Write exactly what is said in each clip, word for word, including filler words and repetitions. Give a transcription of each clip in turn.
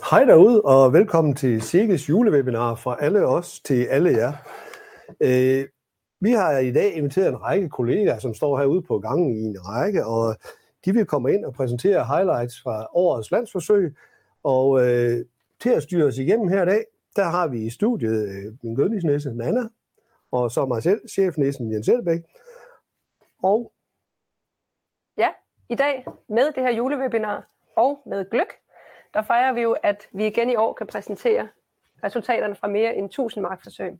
Hej derude, og velkommen til Sigges julewebinar fra alle os til alle jer. Øh, vi har i dag inviteret en række kollegaer, som står herude på gangen i en række, og de vil komme ind og præsentere highlights fra årets landsforsøg. Og øh, til at styre os igennem her i dag, der har vi i studiet øh, min gødningsnisse Nana, og så mig selv, chefnissen Jens Elbæk. Og ja, i dag med det her julewebinar og med gløgg, der fejrer vi jo, at vi igen i år kan præsentere resultaterne fra mere end tusind markforsøg.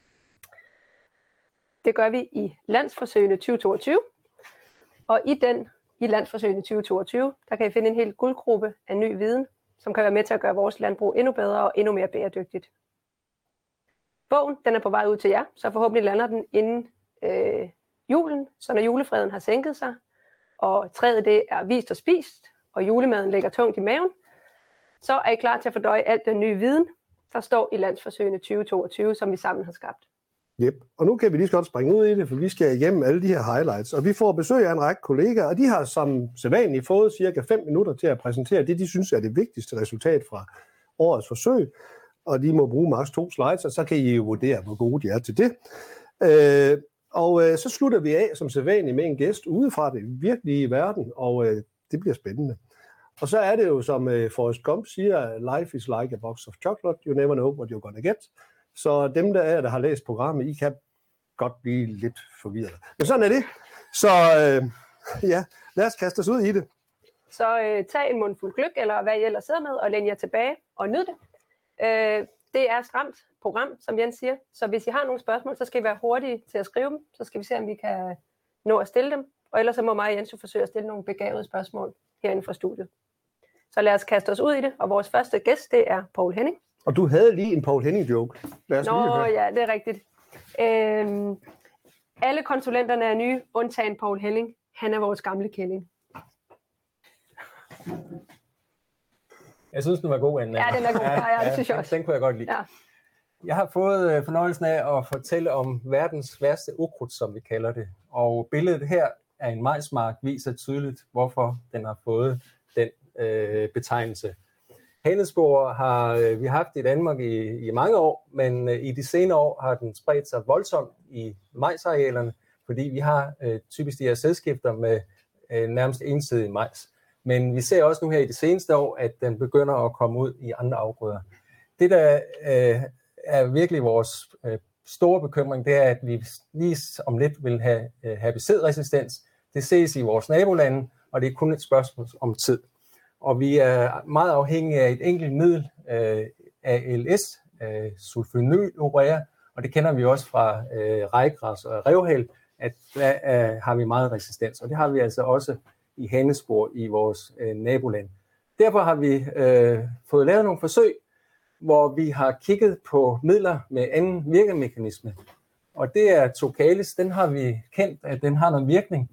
Det gør vi i landsforsøgene tyve toogtyve, og i den i landsforsøgene tyve toogtyve, der kan I finde en hel guldgruppe af ny viden, som kan være med til at gøre vores landbrug endnu bedre og endnu mere bæredygtigt. Bogen den er på vej ud til jer, så forhåbentlig lander den inden øh, julen, så når julefreden har sænket sig, og træet det er vist og spist, og julemaden ligger tungt i maven, så er I klar til at fordøje alt den nye viden, der står i landsforsøgene tyve toogtyve, som vi sammen har skabt. Yep. Og nu kan vi lige så godt springe ud i det, for vi skal igennem alle de her highlights. Og vi får besøg af en række kollegaer, og de har som sædvanligt fået cirka fem minutter til at præsentere det, de synes er det vigtigste resultat fra årets forsøg. Og de må bruge maks to slides, og så kan I jo vurdere, hvor gode de er til det. Øh, og øh, så slutter vi af som sædvanligt med en gæst udefra det virkelige verden, og øh, det bliver spændende. Og så er det jo, som uh, Forrest Gump siger, life is like a box of chocolate, you never know what you're gonna get. Så dem, der er, der har læst programmet, I kan godt blive lidt forvirret. Men sådan er det. Så uh, ja, lad os kaste os ud i det. Så uh, tag en mundfuld gløgg, eller hvad I ellers sidder med, og læn jer tilbage og nyd det. Uh, det er et stramt program, som Jens siger. Så hvis I har nogle spørgsmål, så skal I være hurtige til at skrive dem. Så skal vi se, om vi kan nå at stille dem. Og ellers så må mig og Jens jo forsøge at stille nogle begavede spørgsmål herinde fra studiet. Så lad os kaste os ud i det, og vores første gæst, det er Poul Henning. Og du havde lige en Poul Henning-joke. Lad os Nå ja, det er rigtigt. Øhm, alle konsulenterne er nye, undtagen Poul Henning. Han er vores gamle kending. Jeg synes, den var god, Anna. Ja, den er god. Ja, ja, det synes jeg også. Den kunne jeg godt lide. Ja. Jeg har fået fornøjelsen af at fortælle om verdens værste ukrudt, som vi kalder det. Og billedet her af en majsmark viser tydeligt, hvorfor den har fået den øh, betegnelse. Hanespore har øh, vi haft i Danmark i, i mange år, men øh, i de senere år har den spredt sig voldsomt i majsarealerne, fordi vi har øh, typisk de her sædskifter med øh, nærmest ensidig majs. Men vi ser også nu her i de seneste år, at den begynder at komme ud i andre afgrøder. Det, der øh, er virkelig vores øh, store bekymring, det er, at vi lige om lidt vil have øh, herbicidresistens. Det ses i vores nabolande, og det er kun et spørgsmål om tid. Og vi er meget afhængige af et enkelt middel øh, af A L S, øh, sulfonylurea, og det kender vi også fra øh, rejgræs og revhæl, at der øh, har vi meget resistens, og det har vi altså også i hanespor i vores øh, naboland. Derfor har vi øh, fået lavet nogle forsøg, hvor vi har kigget på midler med anden virkemekanisme, og det er Tocalis. Den har vi kendt, at den har noget virkning.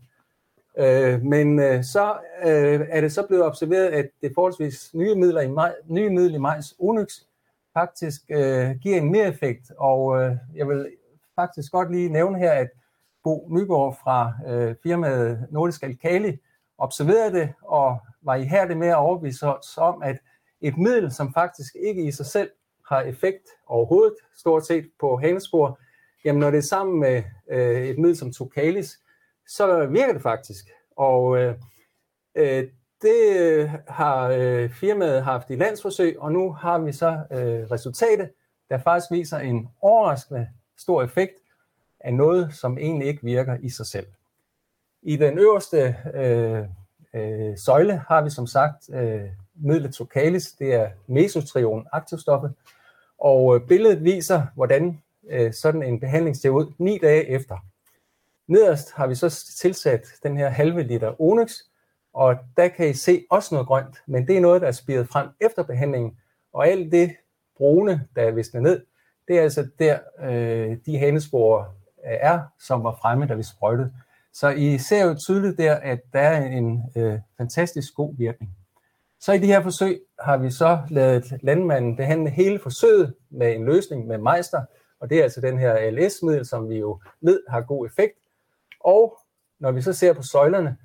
Øh, men øh, så øh, er det så blevet observeret, at det forholdsvis nye midler i maj, nye midler i majs, Onyx, faktisk øh, giver en mere effekt. Og øh, jeg vil faktisk godt lige nævne her, at Bo Nygaard fra øh, firmaet Nordisk Alkali observerede det og var ihærdig med at overbevise os om, at et middel, som faktisk ikke i sig selv har effekt overhovedet, stort set på hanespor, jamen når det er sammen med øh, et middel som Tocalis, så virker det faktisk. Og øh, øh, det har øh, firmaet haft i landsforsøg, og nu har vi så øh, resultatet, der faktisk viser en overraskende stor effekt af noget, som egentlig ikke virker i sig selv. I den øverste øh, øh, søjle har vi som sagt øh, midlet Tocalis, det er mesotrion aktivstoffet, og øh, billedet viser, hvordan øh, sådan en behandling ser ud ni dage efter. Nederst har vi så tilsat den her halve liter Onyx, og der kan I se også noget grønt, men det er noget, der er spiret frem efter behandlingen, og alt det brune, der er visnet ned, det er altså der, øh, de hanesporer er, som var fremme, da vi sprøjtede. Så I ser jo tydeligt der, at der er en øh, fantastisk god virkning. Så i de her forsøg har vi så ladet landmanden behandle hele forsøget med en løsning med Meister, og det er altså den her A L S-middel, som vi jo ved har god effekt. Og når vi så ser på søjlerne,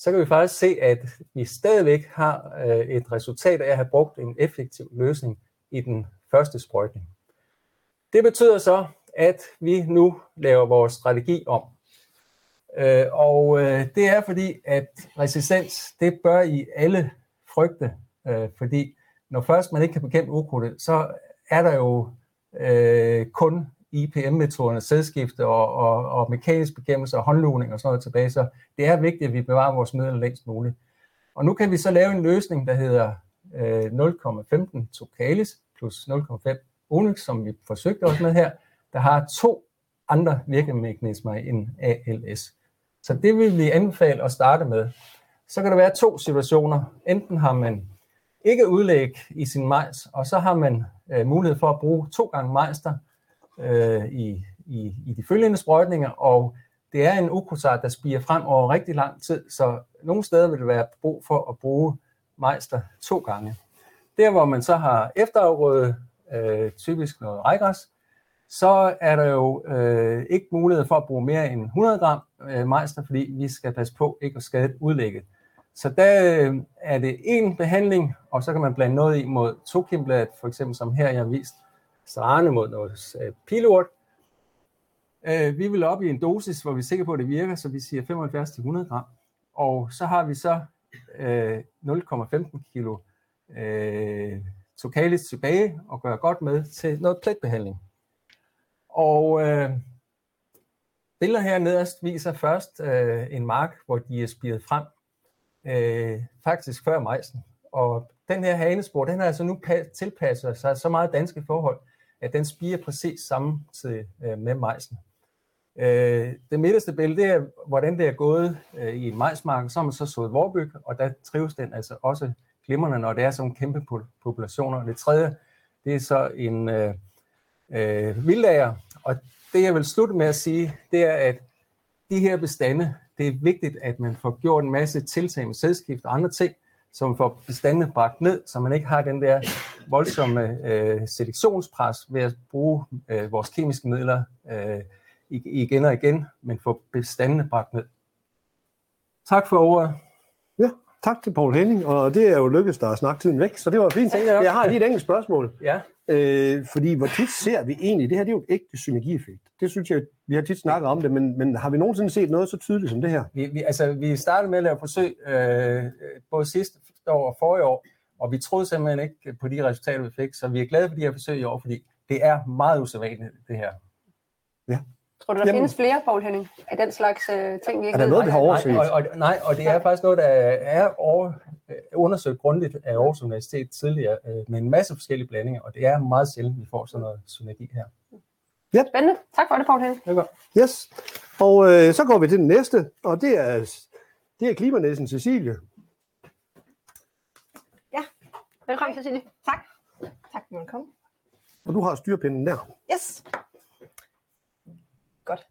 så kan vi faktisk se, at vi stadigvæk har øh, et resultat af at have brugt en effektiv løsning i den første sprøjtning. Det betyder så, at vi nu laver vores strategi om. Øh, og øh, det er fordi, at resistens, det bør I alle frygte, øh, fordi når først man ikke kan bekæmpe ukrudtet, så er der jo øh, kun I P M-metoderne, sædskifte og, og, og mekanisk bekæmpelse og håndlugning og sådan noget tilbage, så det er vigtigt, at vi bevarer vores midler længst muligt. Og nu kan vi så lave en løsning, der hedder øh, nul komma femten Tocalis plus nul komma fem Onyx, som vi forsøgte os med her, der har to andre virkemekanismer end A L S. Så det vil vi anbefale at starte med. Så kan der være to situationer. Enten har man ikke udlæg i sin majs, og så har man øh, mulighed for at bruge to gange majster øh, i, i, i de følgende sprøjtninger, og det er en ukrudtsart, der spiger frem over rigtig lang tid, så nogle steder vil det være brug for at bruge majster to gange. Der, hvor man så har efterafgrøde, øh, typisk noget rejgræs, så er der jo øh, ikke mulighed for at bruge mere end hundrede gram øh, majster, fordi vi skal passe på ikke at skade udlægget. Så der øh, er det en behandling, og så kan man blande noget i mod tokimbladet, for eksempel som her jeg har vist, sarane mod noget øh, pilort. Øh, vi vil op i en dosis, hvor vi er sikre på, at det virker, så vi siger femoghalvfjerds til hundrede gram. Og så har vi så øh, nul komma femten kilo øh, Tocalis tilbage og gøre godt med til noget pletbehandling. Og øh, billeder her nederst viser først øh, en mark, hvor de er spiret frem, øh, faktisk før majsen. Og den her hanespor, den har altså nu tilpasset sig så meget danske forhold, at den spiger præcis samtidig øh, med majsen. Øh, det midterste billede, det er, hvordan det er gået øh, i en majsmark, så har man så sået vorbyg, og der trives den altså også glimrende, når det er sådan kæmpe populationer. Det tredje, det er så en øh, øh, vildlager, og det jeg vil slutte med at sige, det er, at de her bestande, det er vigtigt, at man får gjort en masse tiltag med sædskift og andre ting, som får bestandene bragt ned, så man ikke har den der voldsomme øh, selektionspres ved at bruge øh, vores kemiske midler øh, igen og igen, men få bestandene bragt ned. Tak for ordet. Ja, tak til Poul Henning, og det er jo lykkedes der at snakke tiden væk, så det var fint. Jeg har lige et enkelt spørgsmål. Ja. Øh, fordi hvor tit ser vi egentlig, det her det er jo et ægte synergieffekt. Det synes jeg, vi har tit snakket om det, men, men har vi nogensinde set noget så tydeligt som det her? Vi, vi, altså, vi startede med at lave forsøg øh, både sidste år og forrige år, og vi troede simpelthen ikke på de resultater, vi fik, så vi er glade for de her forsøg i år, fordi det er meget usædvanligt, det her. Ja. Tror du, der Jamen, findes flere, Poul Henning, af den slags øh, ting, vi ikke er der noget, vi har overset? Nej, og, og, nej, og det er faktisk noget, der er over, undersøgt grundigt af Aarhus Universitet tidligere, øh, med en masse forskellige blandinger, og det er meget sjældent, vi får sådan noget synergi her. Ja. Spændende. Tak for det, Poul Henning. Det er godt. Yes. Og øh, så går vi til den næste, og det er, det er klimanæsen Cecilie. Ja, velkommen Cecilie. Tak. Tak for at komme. Og du har styrpinden der. Yes. Godt.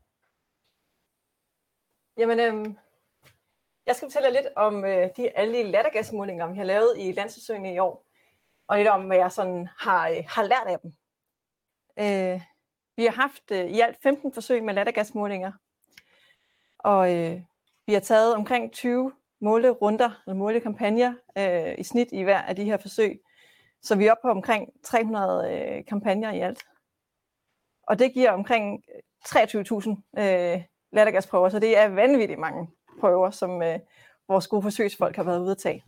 Jamen, øhm, jeg skal fortælle lidt om øh, de, alle de lattergasmålinger, vi har lavet i landsforsøgene i år, og lidt om, hvad jeg sådan har, øh, har lært af dem. Øh, vi har haft øh, i alt femten forsøg med lattergasmålinger, og øh, vi har taget omkring tyve målerunder, eller målekampagner øh, i snit i hver af de her forsøg, så vi er oppe på omkring tre hundrede øh, kampagner i alt. Og det giver omkring treogtyve tusind øh, lattergasprøver, så det er vanvittigt mange prøver, som øh, vores gode forsøgsfolk har været ude at tage.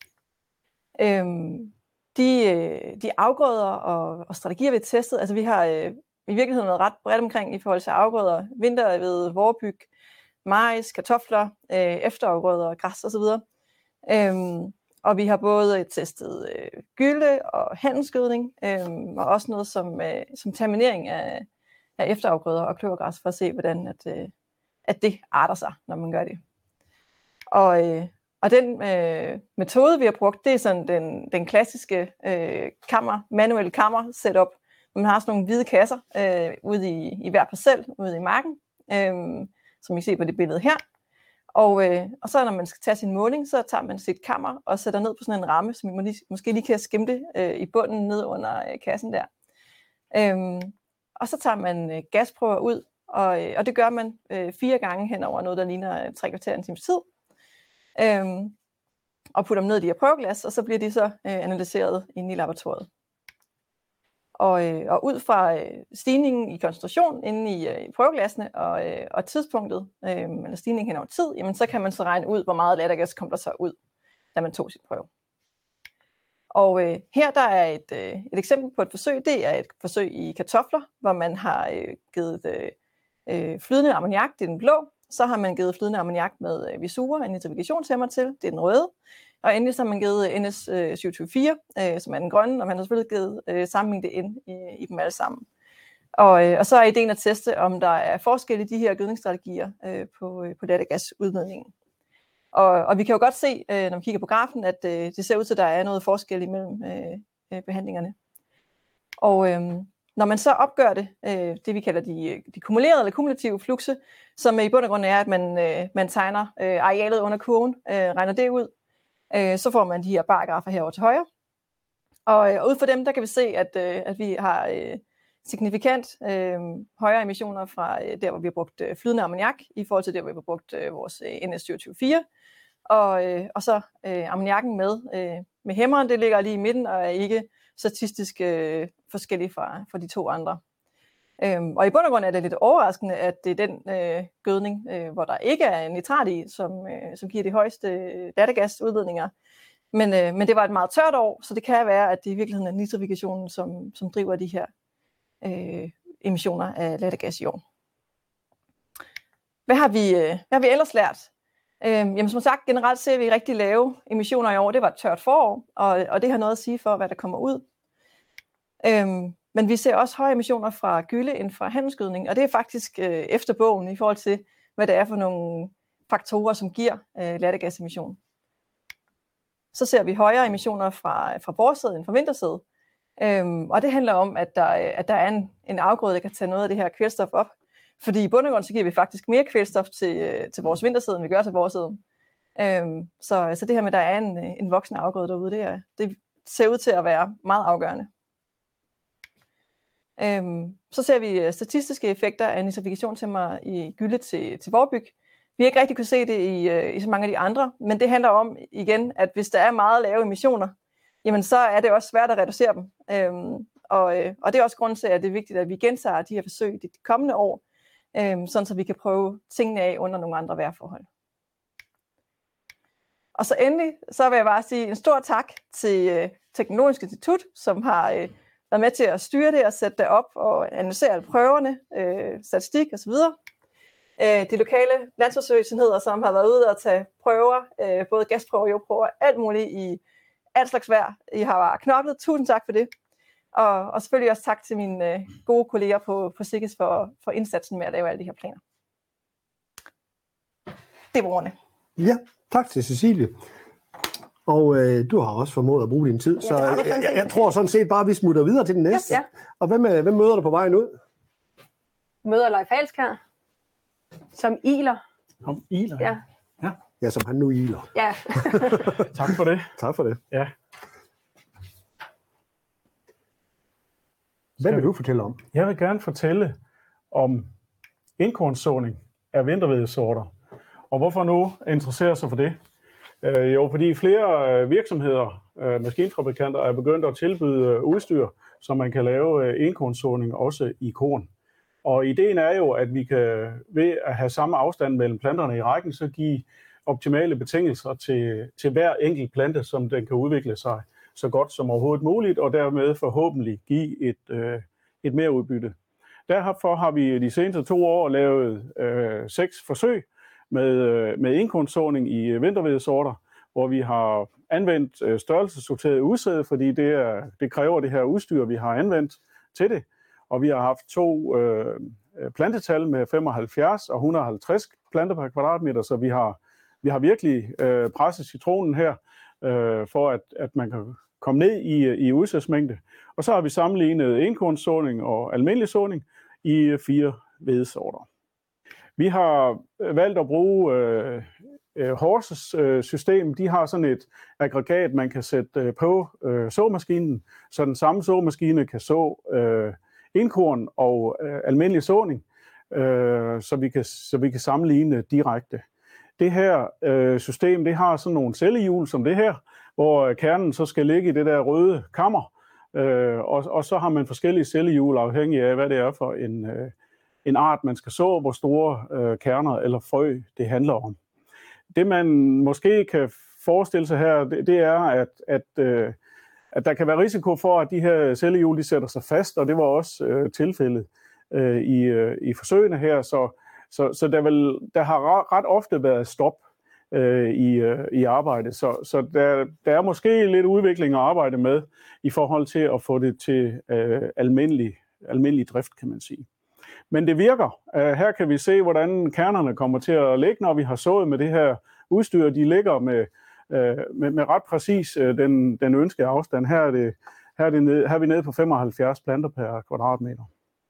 Øhm, de, øh, de afgrøder og, og strategier, vi har testet, altså vi har øh, i virkeligheden været ret bredt omkring i forhold til afgrøder, vinterved, vorbyg, majs, kartofler, øh, efterafgrøder, græs osv. Øhm, og vi har både testet øh, gylde og handelsgødning, øh, og også noget som, øh, som terminering af, af efterafgrøder og kløvergræs, for at se, hvordan at, øh, at det arter sig, når man gør det. Og, øh, og den øh, metode, vi har brugt, det er sådan den, den klassiske øh, kammer, manuelle kammer setup. Man har sådan nogle hvide kasser øh, ude i, i hver parcel, ude i marken, øh, som I ser på det billede her. Og, øh, og så når man skal tage sin måling, så tager man sit kammer og sætter ned på sådan en ramme, som man lige, måske lige kan skimte øh, i bunden ned under øh, kassen der. Øhm, og så tager man øh, gasprøver ud, og, øh, og det gør man øh, fire gange hen over noget, der ligner øh, tre kvarter en times tid. øhm, og putter dem ned i de her prøveglas, og så bliver de så øh, analyseret inde i laboratoriet. Og, øh, og ud fra øh, stigningen i koncentration inde i, øh, i prøveglassene og, øh, og tidspunktet, øh, eller stigningen hen over tid, jamen, så kan man så regne ud, hvor meget lattergas kom der så ud, da man tog sit prøve. Og øh, her der er et, øh, et eksempel på et forsøg. Det er et forsøg i kartofler, hvor man har øh, givet øh, øh, flydende ammoniak, det er den blå. Så har man givet flydende ammoniak med øh, Visura, en nitrifikationshæmmer til, det er den røde. Og endelig så har man givet N S syv to fire, øh, som er den grønne, og man har selvfølgelig givet øh, sammenlignet det ind i, i dem alle sammen. Og, øh, og så er ideen at teste, om der er forskel i de her gødningsstrategier øh, på, øh, på lattergasudledningen. Og, og vi kan jo godt se, øh, når vi kigger på grafen, at øh, det ser ud til, at der er noget forskel imellem øh, øh, behandlingerne. Og øh, når man så opgør det, øh, det vi kalder de, de kumulerede eller kumulative flukse, som i bund og grund er, at man, øh, man tegner øh, arealet under kurven, øh, regner det ud, øh, så får man de her bargrafer herovre til højre. Og, øh, og ud fra dem, der kan vi se, at, øh, at vi har øh, signifikant øh, højere emissioner fra øh, der, hvor vi har brugt øh, flydende ammoniak, i forhold til der, hvor vi har brugt øh, vores øh, N S syv to fire. Og, øh, og så øh, ammoniakken med, øh, med hæmmeren, det ligger lige i midten og er ikke statistisk øh, forskellig fra, fra de to andre. Øhm, og i bund og grund er det lidt overraskende, at det er den øh, gødning, øh, hvor der ikke er nitrat i, som, øh, som giver de højeste øh, lattergasudledninger. Men, øh, men det var et meget tørt år, så det kan være, at det i virkeligheden er nitrifikationen, som, som driver de her øh, emissioner af lattergas i år. Hvad har vi, øh, hvad har vi ellers lært? Øhm, jamen som sagt, generelt ser vi rigtig lave emissioner i år. Det var et tørt forår, og, og det har noget at sige for, hvad der kommer ud. Øhm, men vi ser også høje emissioner fra gylde end fra handelsgødning, og det er faktisk øh, efter bogen i forhold til, hvad det er for nogle faktorer, som giver øh, lattergasemission. Så ser vi højere emissioner fra, fra vårsæd end fra vintersæd. Øhm, og det handler om, at der, at der er en, en afgrøde, der kan tage noget af det her kvælstof op. Fordi i bund og grund, så giver vi faktisk mere kvælstof til, til vores vintersæd, end vi gør til vårsæd. Øhm, så, så det her med, at der er en, en voksen afgrøde derude, det, er, det ser ud til at være meget afgørende. Øhm, så ser vi statistiske effekter af nitrifikationshæmmer i gylde til, til vårbyg. Vi har ikke rigtig kunne se det i, i så mange af de andre, men det handler om igen, at hvis der er meget lave emissioner, jamen så er det også svært at reducere dem. Øhm, og, og det er også grunden til, at det er vigtigt, at vi gentager de her forsøg de kommende år, øhm, sådan så vi kan prøve tingene af under nogle andre vejrforhold. Og så endelig, så vil jeg bare sige en stor tak til øh, Teknologisk Institut, som har øh, været med til at styre det og sætte det op og analysere alle prøverne, øh, statistik osv. Øh, de lokale landsforsøgsenheder, som har været ude og tage prøver, øh, både gasprøver, jordprøver, alt muligt i alt slags vejr. I har bare knoklet. Tusind tak for det. Og, og selvfølgelig også tak til mine øh, gode kolleger på, på SIGGES for, for indsatsen med at lave alle de her planer. Det var ordene. Ja, tak til Cecilie. Og øh, du har også formået at bruge din tid, ja, så jeg, jeg, jeg tror sådan set bare, at vi smutter videre til den næste. Ja, ja. Og hvem, hvem møder du på vejen ud? Møder Leif Halskær som iler. Som iler? Ja. Ja. Ja, som han nu iler. Ja. Tak for det. Tak for det. Ja. Hvad vil du fortælle om? Jeg vil gerne fortælle om indkornsåning af vinterhvedesorter. Og hvorfor nu interessere sig for det? Øh, jo, fordi flere virksomheder, øh, maskinfabrikanter, er begyndt at tilbyde udstyr, så man kan lave indkornsåning også i korn. Og ideen er jo, at vi kan ved at have samme afstand mellem planterne i rækken, så give optimale betingelser til, til hver enkelt plante, som den kan udvikle sig så godt som overhovedet muligt, og dermed forhåbentlig give et, øh, et mere udbytte. Derfor har vi de seneste to år lavet øh, seks forsøg med, øh, med indkornsåning i vinterhvedesorter, hvor vi har anvendt øh, størrelsessorteret udsæde, fordi det, er, det kræver det her udstyr, vi har anvendt til det. Og vi har haft to øh, plantetal med femoghalvfjerds og et hundrede og halvtreds planter per kvadratmeter, så vi har, vi har virkelig øh, presset citronen her, øh, for at, at man kan komme ned i, i udsædsmængde. Og så har vi sammenlignet indkornsåning og almindelig såning i fire hvedesorter. Vi har valgt at bruge øh, Horses øh, system. De har sådan et aggregat, man kan sætte øh, på øh, såmaskinen, så den samme såmaskine kan så øh, indkorn og øh, almindelig såning, øh, så, vi kan, så vi kan sammenligne direkte. det her øh, system, det har sådan nogle cellehjul som det her, hvor kernen så skal ligge i det der røde kammer, øh, og, og så har man forskellige cellehjul afhængig af, hvad det er for en, øh, en art, man skal så, hvor store øh, kerner eller frø det handler om. Det man måske kan forestille sig her, det, det er, at, at, øh, at der kan være risiko for, at de her cellehjul de sætter sig fast, og det var også øh, tilfældet øh, i, øh, i forsøgene her, så, så, så der, vil, der har ret ofte været stop øh, i, øh, i arbejdet, så, så der, der er måske lidt udvikling at arbejde med i forhold til at få det til øh, almindelig, almindelig drift, kan man sige. Men det virker. Her kan vi se, hvordan kernerne kommer til at ligge, når vi har sået med det her udstyr. De ligger med, med, med ret præcis den, den ønskede afstand. Her er, det, her, er det nede, her er vi nede på femoghalvfjerds planter per kvadratmeter.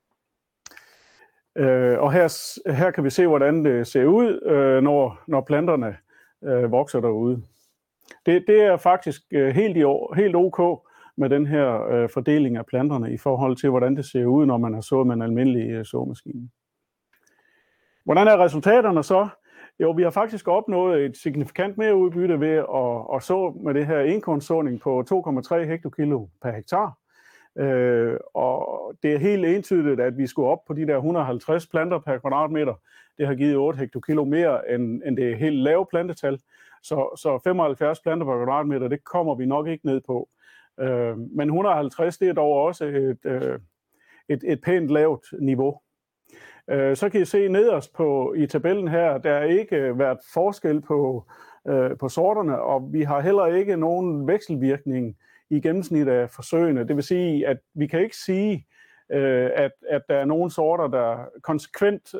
Og her, her kan vi se, hvordan det ser ud, når, når planterne vokser derude. Det, det er faktisk helt, i, helt ok med den her øh, fordeling af planterne i forhold til, hvordan det ser ud, når man har sået med en almindelig øh, såmaskine. Hvordan er resultaterne så? Jo, vi har faktisk opnået et signifikant mere udbytte ved at, at så med det her enkornsåning på to komma tre hektokilo per hektar. Øh, og det er helt entydigt, at vi skulle op på de der et hundrede og halvtreds planter per kvadratmeter. Det har givet otte hektokilo mere end, end det helt lave plantetal. Så, så femoghalvfjerds planter per kvadratmeter, det kommer vi nok ikke ned på. Men et hundrede og halvtreds, det er dog også et, et, et pænt lavt niveau. Så kan I se nederst på, i tabellen her, der er ikke været forskel på, på sorterne, og vi har heller ikke nogen vekselvirkning i gennemsnit af forsøgene. Det vil sige, at vi kan ikke sige, at, at der er nogle sorter, der konsekvent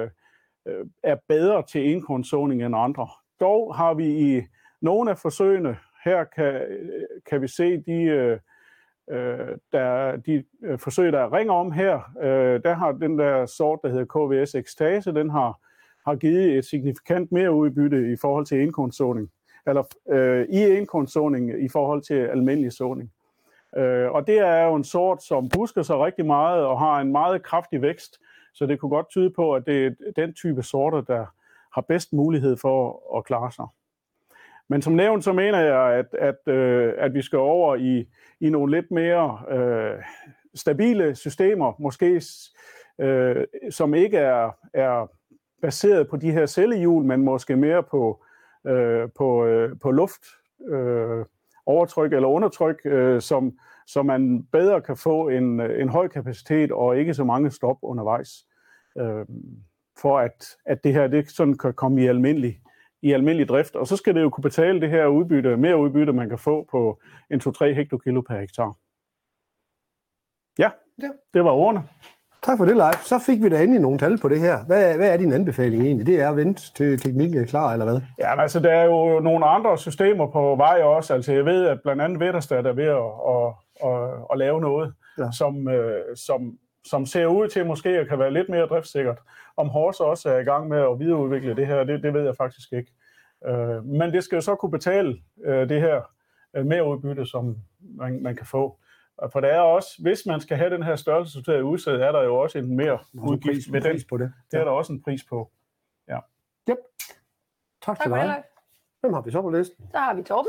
er bedre til enkornsåning end andre. Dog har vi i nogle af forsøgene, her kan, kan vi se de, øh, der, de forsøg, der ringer om her. Øh, der har den der sort, der hedder K V S ekstase, den har, har givet et signifikant mere udbytte i forhold til enkornsåning, eller øh, i enkornsåning i forhold til almindelig såning. Øh, og det er jo en sort, som busker sig rigtig meget og har en meget kraftig vækst, så det kunne godt tyde på, at det er den type sorter, der har bedst mulighed for at klare sig. Men som nævnt, så mener jeg, at, at, øh, at vi skal over i, i nogle lidt mere øh, stabile systemer, måske øh, som ikke er, er baseret på de her cellehjul, men måske mere på, øh, på, øh, på luft, øh, overtryk eller undertryk, øh, som, så man bedre kan få en, en høj kapacitet og ikke så mange stop undervejs, øh, for at, at det her det sådan kan komme i almindelig i almindelig drift, og så skal det jo kunne betale det her udbytte, mere udbytte, man kan få på en to til tre hektokilo per hektar. Ja, ja, det var ordene. Tak for det, Leif. Så fik vi da endelig nogle tal på det her. Hvad, hvad er din anbefaling egentlig? Det er at vente til teknikken er klar, eller hvad? Ja, altså der er jo nogle andre systemer på vej også. Altså jeg ved, at blandt andet Vetterstad er ved at, at, at, at lave noget, ja. som, som, som ser ud til måske at kan være lidt mere driftssikkert. Om Horse også er i gang med at videreudvikle det her, det, det ved jeg faktisk ikke. Øh, men det skal jo så kunne betale øh, det her øh, mere udbytte, som man, man kan få. For der er også, hvis man skal have den her størrelsessorterede udsæd, er der jo også en mere udgift med den. På det. Det er der også en pris på. Ja. Yep. Tak til dig. Hvem har vi så på listen? Så har vi Torben.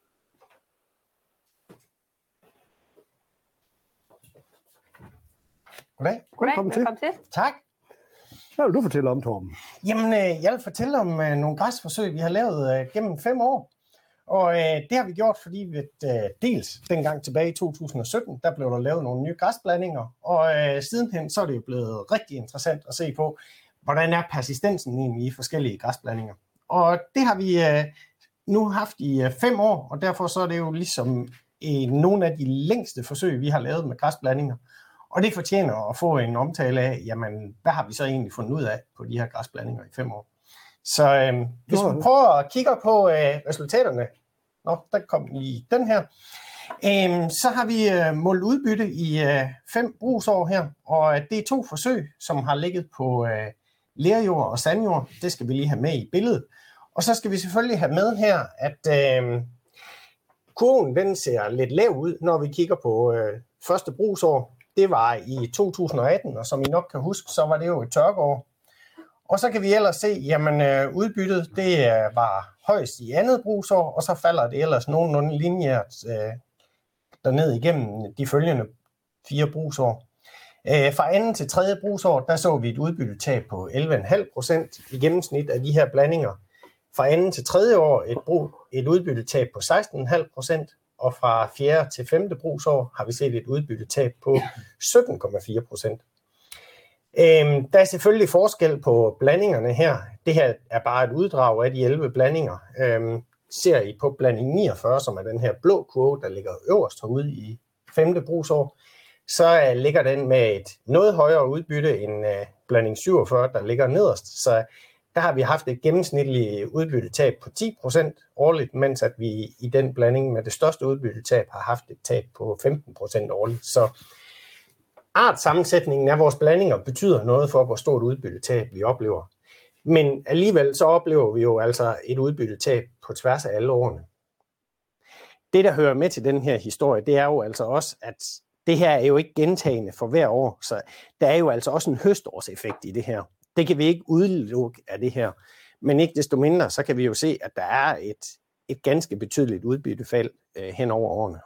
Goddag. Velkommen til. Velkommen til. Tak. Hvad vil du fortælle om, Torben? Jamen, jeg vil fortælle om nogle græsforsøg, vi har lavet gennem fem år. Og det har vi gjort, fordi vi dels dengang tilbage i to tusind og sytten, der blev der lavet nogle nye græsblandinger. Og sidenhen så er det jo blevet rigtig interessant at se på, hvordan er persistensen egentlig i forskellige græsblandinger. Og det har vi nu haft i fem år, og derfor så er det jo ligesom nogle af de længste forsøg, vi har lavet med græsblandinger. Og det fortjener at få en omtale af, jamen, hvad har vi så egentlig fundet ud af på de her græsblandinger i fem år. Så øh, hvis vi prøver at kigge på øh, resultaterne, nå, der kom lige den her, øh, så har vi øh, målt udbytte i øh, fem brugsår her, og det er to forsøg, som har ligget på øh, lerjord og sandjord. Det skal vi lige have med i billedet. Og så skal vi selvfølgelig have med her, at øh, kurven den ser lidt lav ud, når vi kigger på øh, første brugsår. Det var i to tusind og atten, og som I nok kan huske, så var det jo et tørkeår. Og så kan vi ellers se, jamen øh, udbyttet, det øh, var højst i andet brugsår, og så falder det ellers nogenlunde lineært øh, derned igennem de følgende fire brugsår. Øh, fra anden til tredje brugsår, der så vi et udbyttetab på elleve komma fem procent i gennemsnit af de her blandinger. Fra anden til tredje år et, brug, et udbyttetab på seksten komma fem procent, og fra fjerde til femte brugsår har vi set et udbyttetab på sytten komma fire procent. Øhm, der er selvfølgelig forskel på blandingerne her. Det her er bare et uddrag af de elleve blandinger. Øhm, ser I på blanding niogfyrre, som er den her blå kurve, der ligger øverst herude i femte brugsår, så uh, ligger den med et noget højere udbytte end uh, blanding syvogfyrre, der ligger nederst. Så der har vi haft et gennemsnitligt udbyttetab på ti procent årligt, mens at vi i den blanding med det største udbyttetab har haft et tab på femten procent årligt. Så artsammensætningen af vores blandinger betyder noget for, hvor stort udbyttetab vi oplever. Men alligevel så oplever vi jo altså et udbyttetab på tværs af alle årene. Det, der hører med til den her historie, det er jo altså også, at det her er jo ikke gentagende for hver år, så der er jo altså også en høstårseffekt i det her. Det kan vi ikke udelukke af det her, men ikke desto mindre, så kan vi jo se, at der er et, et ganske betydeligt udbyttefald øh, hen over årene.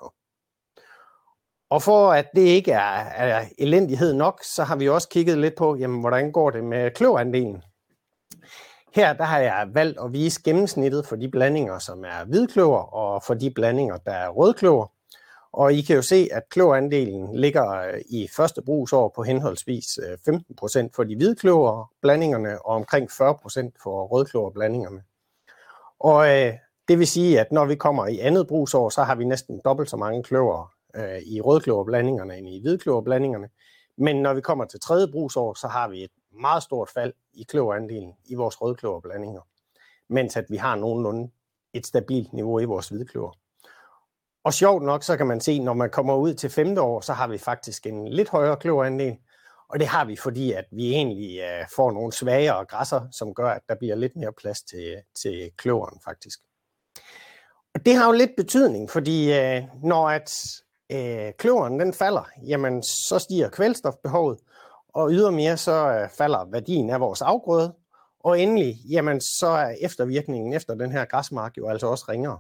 Og for at det ikke er, er elendighed nok, så har vi også kigget lidt på, jamen, hvordan går det med kløverandelen. Her der har jeg valgt at vise gennemsnittet for de blandinger, som er hvidkløver, og for de blandinger, der er rødkløver. Og I kan jo se, at kløverandelen ligger i første brugsår på henholdsvis femten procent for de hvidkløverblandingerne og omkring fyrre procent for rødkløverblandingerne. Og øh, det vil sige, at når vi kommer i andet brugsår, så har vi næsten dobbelt så mange kløver øh, i rødkløverblandingerne end i hvidkløverblandingerne. Men når vi kommer til tredje brugsår, så har vi et meget stort fald i kløverandelen i vores rødkløverblandinger, mens at vi har nogenlunde et stabilt niveau i vores hvidkløver. Og sjovt nok, så kan man se, når man kommer ud til femte år, så har vi faktisk en lidt højere kløverandel. Og det har vi, fordi at vi egentlig uh, får nogle svagere græsser, som gør, at der bliver lidt mere plads til, til kløveren faktisk. Og det har jo lidt betydning, fordi uh, når at uh, kløveren den falder, jamen så stiger kvælstofbehovet, og ydermere så uh, falder værdien af vores afgrøde. Og endelig, jamen så er eftervirkningen efter den her græsmark jo altså også ringere.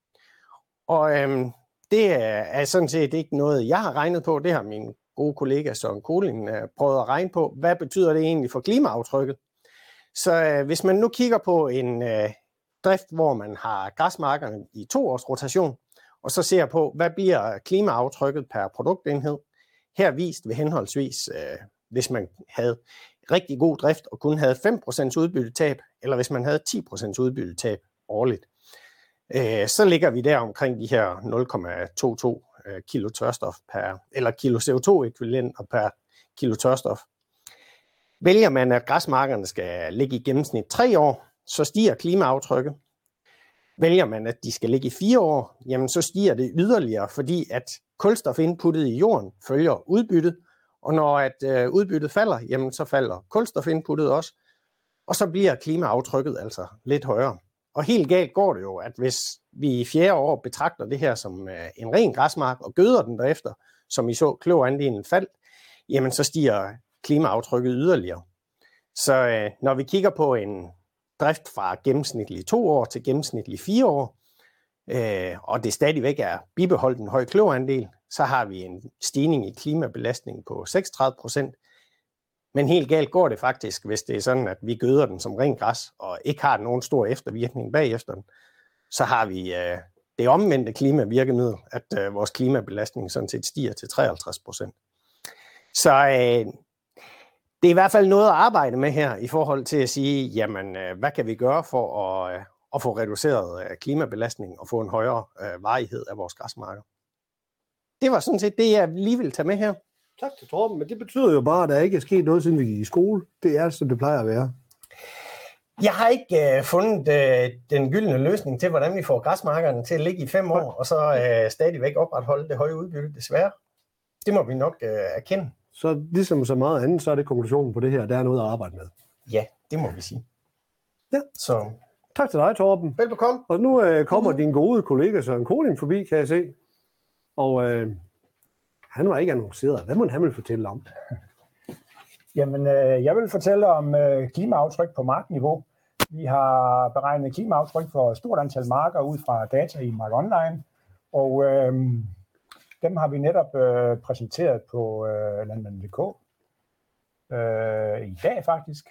Og øhm, det er sådan set ikke noget, jeg har regnet på. Det har min gode kollega Søren Koling øh, prøvet at regne på. Hvad betyder det egentlig for klimaaftrykket? Så øh, hvis man nu kigger på en øh, drift, hvor man har græsmarkerne i to års rotation, og så ser på, hvad bliver klimaaftrykket per produktenhed, her vist ved henholdsvis, øh, hvis man havde rigtig god drift og kun havde fem procent udbyttetab, eller hvis man havde ti procent udbyttetab årligt. Så ligger vi der omkring de her nul komma toogtyve kilo tørstof per, eller kilo C O to ekvivalenter per kilo tørstof. Vælger man, at græsmarkerne skal ligge i gennemsnit tre år, så stiger klimaaftrykket. Vælger man, at de skal ligge i fire år, jamen så stiger det yderligere, fordi at kulstofinputtet i jorden følger udbyttet, og når at udbyttet falder, jamen så falder kulstofinputtet også, og så bliver klimaaftrykket altså lidt højere. Og helt galt går det jo, at hvis vi i fjerde år betragter det her som en ren græsmark og gøder den derefter, som I så kløverandelen faldt, jamen så stiger klimaaftrykket yderligere. Så øh, når vi kigger på en drift fra gennemsnitlig to år til gennemsnitlig fire år, øh, og det stadigvæk er bibeholdt en høj kløverandel, så har vi en stigning i klimabelastning på seksogtredive procent. Men helt galt går det faktisk, hvis det er sådan, at vi gøder den som ren græs, og ikke har nogen stor eftervirkning bagefter den. Så har vi øh, det omvendte klimavirkemiddel, at øh, vores klimabelastning sådan set stiger til treoghalvtreds procent. Så øh, det er i hvert fald noget at arbejde med her, i forhold til at sige, jamen, øh, hvad kan vi gøre for at, øh, at få reduceret øh, klimabelastning og få en højere øh, varighed af vores græsmarker. Det var sådan set det, jeg lige ville tage med her. Tak til Torben, men det betyder jo bare, at der ikke er sket noget, siden vi gik i skole. Det er, som det plejer at være. Jeg har ikke uh, fundet uh, den gyldne løsning til, hvordan vi får græsmarkerne til at ligge i fem år, og så uh, stadigvæk opretholde det høje udbytte, desværre. Det må vi nok uh, erkende. Så ligesom så meget andet, så er det konklusionen på det her. Der er noget at arbejde med. Ja, det må vi sige. Ja. Så tak til dig, Torben. Velbekomme. Og nu uh, kommer mm-hmm. din gode kollega Søren Koling forbi, kan jeg se. Og uh, han var ikke annonceret. Hvad må han vil fortælle om? Jamen, øh, jeg vil fortælle om øh, klimaaftryk på markniveau. Vi har beregnet klimaaftryk for et stort antal marker ud fra data i Mark Online, og øh, dem har vi netop øh, præsenteret på øh, landmand punktum d k øh, i dag faktisk.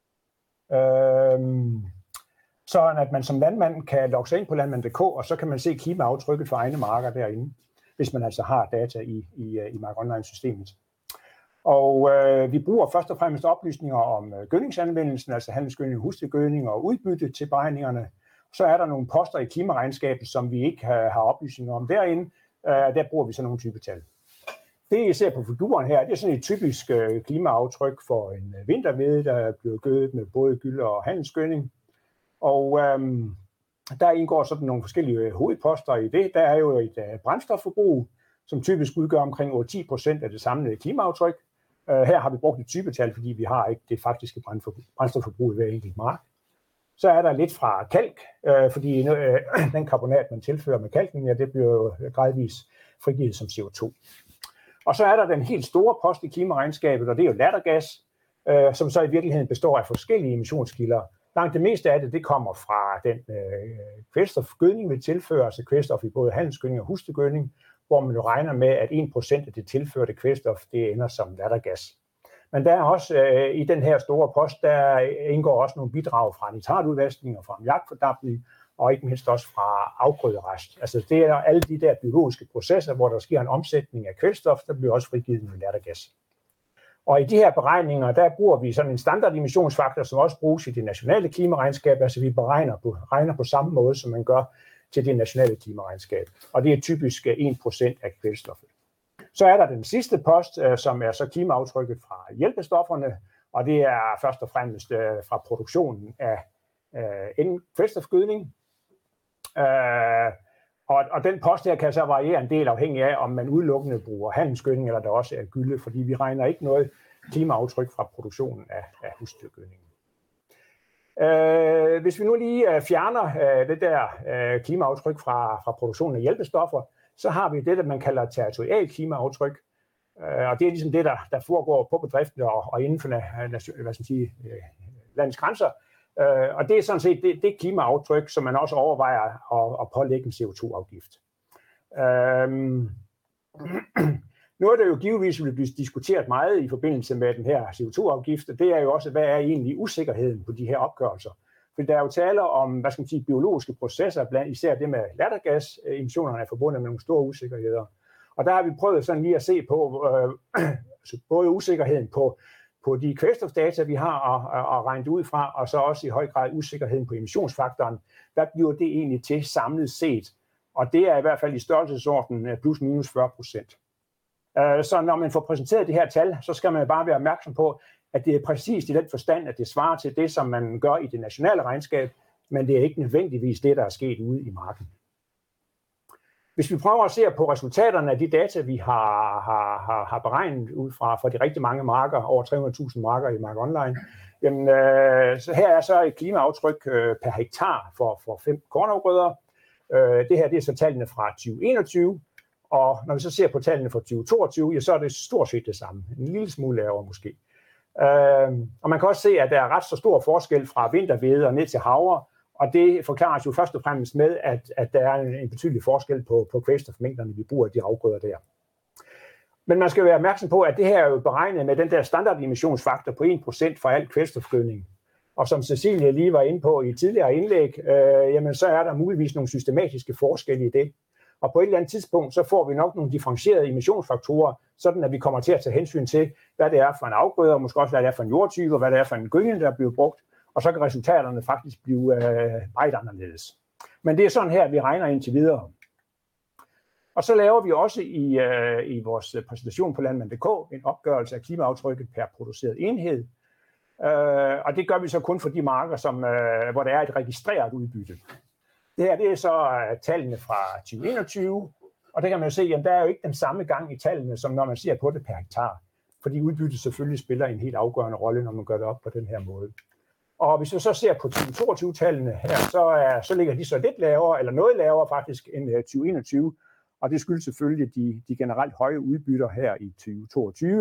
Øh, sådan at man som landmand kan logge sig ind på landmand punktum d k, og så kan man se klimaaftrykket for egne marker derinde, hvis man altså har data i, i, i Mark Online-systemet. Og øh, vi bruger først og fremmest oplysninger om øh, gødningsanvendelsen, altså handelsgødning, husdyrgødning og udbytte til beregningerne. Så er der nogle poster i klimaregnskabet, som vi ikke har, har oplysninger om derinde. Øh, der bruger vi så nogle typetal. Det, I ser på figuren her, det er sådan et typisk øh, klimaaftryk for en øh, vinterhvede, der bliver gødet med både gylle og handelsgødning. Og øh, der indgår sådan nogle forskellige hovedposter i det. Der er jo et øh, brændstofforbrug, som typisk udgør omkring otte til ti procent af det samlede klimaaftryk. Uh, her har vi brugt et typetal, fordi vi har ikke det faktiske brændstofforbrug i hver enkelt mark. Så er der lidt fra kalk, uh, fordi uh, den karbonat, man tilfører med kalken, ja, det bliver jo gradvist frigivet som C O to. Og så er der den helt store post i klimaregnskabet, og det er jo lattergas, uh, som så i virkeligheden består af forskellige emissionskilder. Langt det meste af det, det kommer fra den uh, kvælstofgødning, vi tilfører, altså kvælstof i både handelsgødning og husdyrgødning, hvor man jo regner med, at en procent af det tilførte kvælstof, det ender som lattergas. Men der er også øh, i den her store post, der indgår også nogle bidrag fra nitratudvaskning og fra ammoniakfordampning, og ikke mindst også fra afgrøderest. Altså det er alle de der biologiske processer, hvor der sker en omsætning af kvælstof, der bliver også frigivet med lattergas. Og i de her beregninger, der bruger vi sådan en standardemissionsfaktor, som også bruges i det nationale klimaregnskab, altså vi beregner på, regner på samme måde, som man gør til det nationale klimaregnskab. Og det er typisk en procent af kvælstoffet. Så er der den sidste post, som er så klimaaftrykket fra hjælpestofferne, og det er først og fremmest fra produktionen af kvælstofgødning. Og, og den post her kan så variere en del afhængig af, om man udelukkende bruger handelsgødning, eller der også er gylde, fordi vi regner ikke noget klimaaftryk fra produktionen af, af husdyrgødning. Uh, hvis vi nu lige uh, fjerner uh, det der uh, klimaaftryk fra, fra produktionen af hjælpestoffer, så har vi det, der man kalder territorial klimaaftryk. Uh, og det er ligesom det, der, der foregår på bedriften og, og inden for uh, hvad skal man sige, uh, landets grænser. Uh, og det er sådan set det, det klimaaftryk, som man også overvejer at, at pålægge en C O to afgift. Uh, Nu er det jo givetvis blevet diskuteret meget i forbindelse med den her C O to afgift, og det er jo også, hvad er egentlig usikkerheden på de her opgørelser. For der er jo tale om, hvad skal man sige, biologiske processer, blandt især det med lattergasemissionerne er forbundet med nogle store usikkerheder. Og der har vi prøvet sådan lige at se på øh, både usikkerheden på, på de kvælstofdata, vi har og, og regnet ud fra, og så også i høj grad usikkerheden på emissionsfaktoren. Hvad bliver det egentlig til samlet set? Og det er i hvert fald i størrelsesordenen plus minus fyrre procent. Så når man får præsenteret det her tal, så skal man bare være opmærksom på, at det er præcis i den forstand, at det svarer til det, som man gør i det nationale regnskab, men det er ikke nødvendigvis det, der er sket ude i marken. Hvis vi prøver at se på resultaterne af de data, vi har, har, har, har beregnet ud fra, fra de rigtig mange marker, over tre hundrede tusind marker i Mark Online, jamen, øh, så her er så et klimaaftryk øh, per hektar for, for fem kornafgrøder. Øh, det her det er så tallene fra tyve enogtyve. Og når vi så ser på tallene for tyve toogtyve, ja, så er det stort set det samme. En lille smule lavere måske. Øh, og man kan også se, at der er ret så stor forskel fra vinterhvede og ned til havre, og det forklares jo først og fremmest med, at, at der er en, en betydelig forskel på, på kvælstofmængderne, vi bruger i de afgrøder der. Men man skal være opmærksom på, at det her er jo beregnet med den der standardemissionsfaktor på en procent for al kvælstofgødning. Og som Cecilie lige var inde på i et tidligere indlæg, øh, jamen så er der muligvis nogle systematiske forskelle i det. Og på et eller andet tidspunkt, så får vi nok nogle differentierede emissionsfaktorer, sådan at vi kommer til at tage hensyn til, hvad det er for en afgrøde, og måske også hvad det er for en jordtype, og hvad det er for en gødning, der bliver brugt. Og så kan resultaterne faktisk blive øh, meget anderledes. Men det er sådan her, vi regner indtil videre. Og så laver vi også i, øh, i vores præsentation på landmand punktum d k en opgørelse af klimaaftrykket per produceret enhed. Øh, og det gør vi så kun for de marker, som, øh, hvor der er et registreret udbytte. Det her det er så uh, tallene fra tyve enogtyve, og der kan man jo se, at der er jo ikke den samme gang i tallene, som når man ser på det per hektar. Fordi udbyttet selvfølgelig spiller en helt afgørende rolle, når man gør det op på den her måde. Og hvis vi så ser på tyve toogtyve-tallene her, så, er, så ligger de så lidt lavere, eller noget lavere faktisk, end uh, tyve enogtyve. Og det skyldes selvfølgelig de, de generelt høje udbytter her i tyve toogtyve.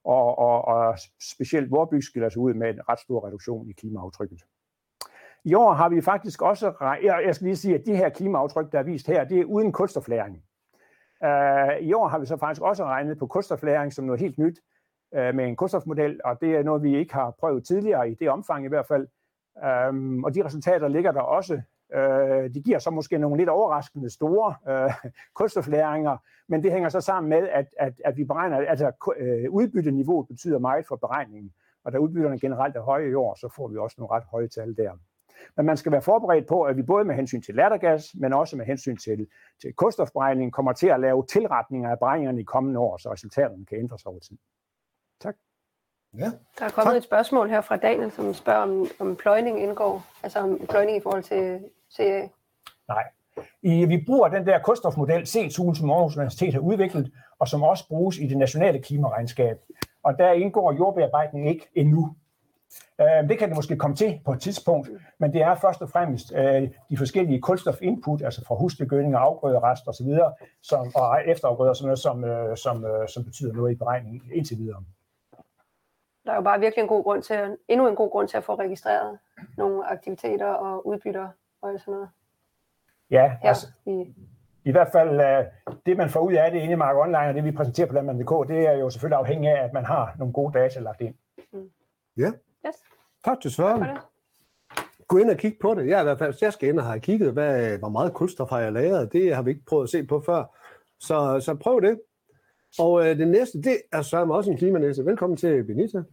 og, og, og specielt Vorbyg skiller sig ud med en ret stor reduktion i klimaaftrykket. I år har vi faktisk også, jeg skal lige sige, at de her klimaaftryk, der er vist her, det er uden kulstoflagring. I år har vi så faktisk også regnet på kulstoflagring som noget helt nyt med en kulstofmodel, og det er noget, vi ikke har prøvet tidligere i det omfang i hvert fald. Og de resultater ligger der også. De giver så måske nogle lidt overraskende store kulstoflagringer, men det hænger så sammen med, at, at, at vi beregner, at altså, udbytteniveauet betyder meget for beregningen. Og da udbytterne generelt er høje i år, så får vi også nogle ret høje tal der. Men man skal være forberedt på, at vi både med hensyn til lattergas, men også med hensyn til, til kulstofberegning, kommer til at lave tilretninger af beregningerne i kommende år, så resultaterne kan ændre sig over tid. Tak. Ja, der er kommet tak. Et spørgsmål her fra Daniel, som spørger, om, om pløjning indgår, altså om pløjning i forhold til C A. Nej. I, vi bruger den der kulstofmodel C-Tool, som Aarhus Universitet har udviklet, og som også bruges i det nationale klimaregnskab. Og der indgår jordbearbejdning ikke endnu. Det kan det måske komme til på et tidspunkt, men det er først og fremmest de forskellige kulstofinput, altså fra husdyrgødning og afgrøderest osv., som, og efterafgrøder, sådan noget, som, som, som betyder noget i beregningen indtil videre. Der er jo bare virkelig en god grund til, endnu en god grund til at få registreret nogle aktiviteter og udbytter og sådan noget. Ja, altså, i, i hvert fald det, man får ud af det inde i Mark Online, og det vi præsenterer på Landmand punktum d k, det er jo selvfølgelig afhængigt af, at man har nogle gode data lagt ind. Mm. Ja. Yes. Tak til Søren. Gå ind og kig på det. Jeg, i hvert fald, jeg skal ind og have kigget, hvad, hvor meget kulstof har jeg lagret. Det har vi ikke prøvet at se på før. Så, så prøv det. Og øh, det næste, det er Søren også en klimanæse. Velkommen til Benita.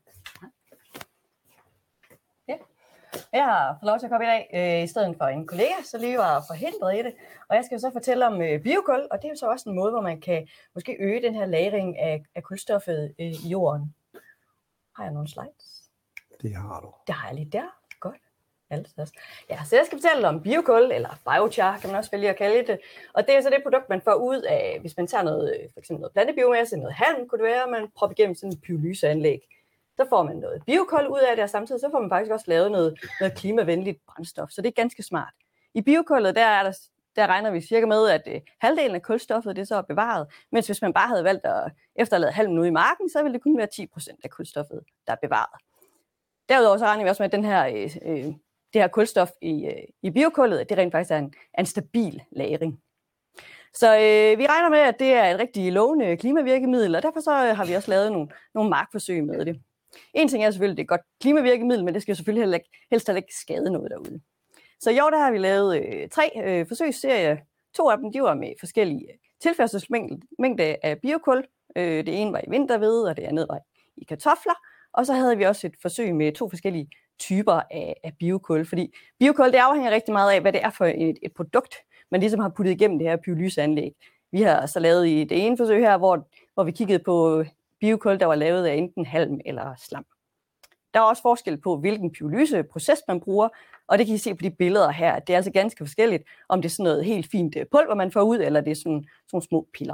Ja. Jeg har fået lov til at komme i dag øh, i stedet for en kollega, så lige var forhindret i det. Og jeg skal jo så fortælle om øh, biokul, og det er jo så også en måde, hvor man kan måske øge den her lagring af, af kulstoffet øh, i jorden. Har jeg nogle slides? Det har du. Det har jeg lige der. Godt. Alt det. Ja, så jeg skal fortælle om biokul, eller biochar, kan man også vælge at kalde det. Og det er så det produkt, man får ud af, hvis man tager noget, for eksempel noget plantebiomasse, noget halm, kunne det være, man propper igennem sådan et pyrolyseanlæg. Så får man noget biokul ud af det, og samtidig så får man faktisk også lavet noget, noget klimavenligt brændstof. Så det er ganske smart. I biokullet, der, er der, der regner vi cirka med, at øh, halvdelen af kulstoffet det er så bevaret. Mens hvis man bare havde valgt at efterlade halmen ude i marken, så ville det kun være ti procent af kulstoffet, der er bevaret. Derudover så regner vi også med, at den her, øh, det her kulstof i, øh, i biokullet, det rent faktisk er en, er en stabil lagring. Så øh, vi regner med, at det er et rigtig lovende klimavirkemiddel, og derfor så har vi også lavet nogle, nogle markforsøg med det. En ting er selvfølgelig, at det er et godt klimavirkemiddel, men det skal selvfølgelig heller ikke, helst heller ikke skade noget derude. Så i år der har vi lavet øh, tre øh, forsøgsserier. To af dem de var med forskellige tilførselsmængde af biokul. Øh, det ene var i vinterhvede, og det andet var i kartofler. Og så havde vi også et forsøg med to forskellige typer af, af biokul, fordi biokul det afhænger rigtig meget af, hvad det er for et, et produkt, man ligesom har puttet igennem det her pyrolyseanlæg. Vi har så lavet i det ene forsøg her, hvor, hvor vi kiggede på biokul, der var lavet af enten halm eller slam. Der er også forskel på, hvilken pyrolyseproces man bruger, og det kan I se på de billeder her. Det er altså ganske forskelligt, om det er sådan noget helt fint pulver, man får ud, eller det er sådan, sådan små piller.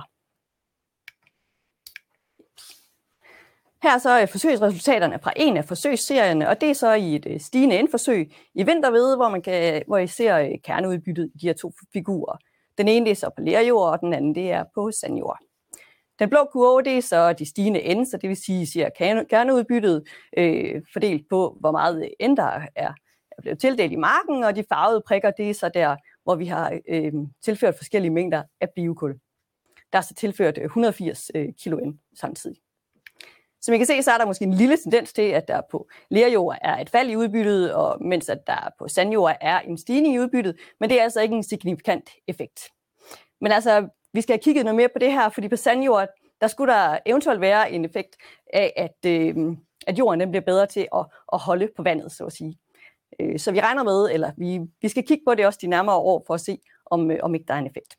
Her så er forsøgsresultaterne fra en af forsøgsserierne, og det er så i et stigende indforsøg i vinterhvede, hvor man kan, hvor I ser kerneudbyttet i de her to figurer. Den ene det er så på lerjord, og den anden det er på sandjord. Den blå kurve det er så de stigende ender, så det vil sige, at I ser kerneudbyttet øh, fordelt på, hvor meget end der er, er blevet tildelt i marken, og de farvede prikker, det er så der, hvor vi har øh, tilført forskellige mængder af biokul. Der er så tilført et hundrede og firs øh, kilo ind samtidig. Som I kan se, så er der måske en lille tendens til, at der på lerjord er et fald i udbyttet, og mens at der på sandjord er en stigning i udbyttet, men det er altså ikke en signifikant effekt. Men altså, vi skal have kigget noget mere på det her, fordi på sandjord, der skulle der eventuelt være en effekt af, at, øh, at jorden den bliver bedre til at, at holde på vandet, så at sige. Øh, så vi regner med, eller vi, vi skal kigge på det også de nærmere år, for at se, om, øh, om ikke der er en effekt.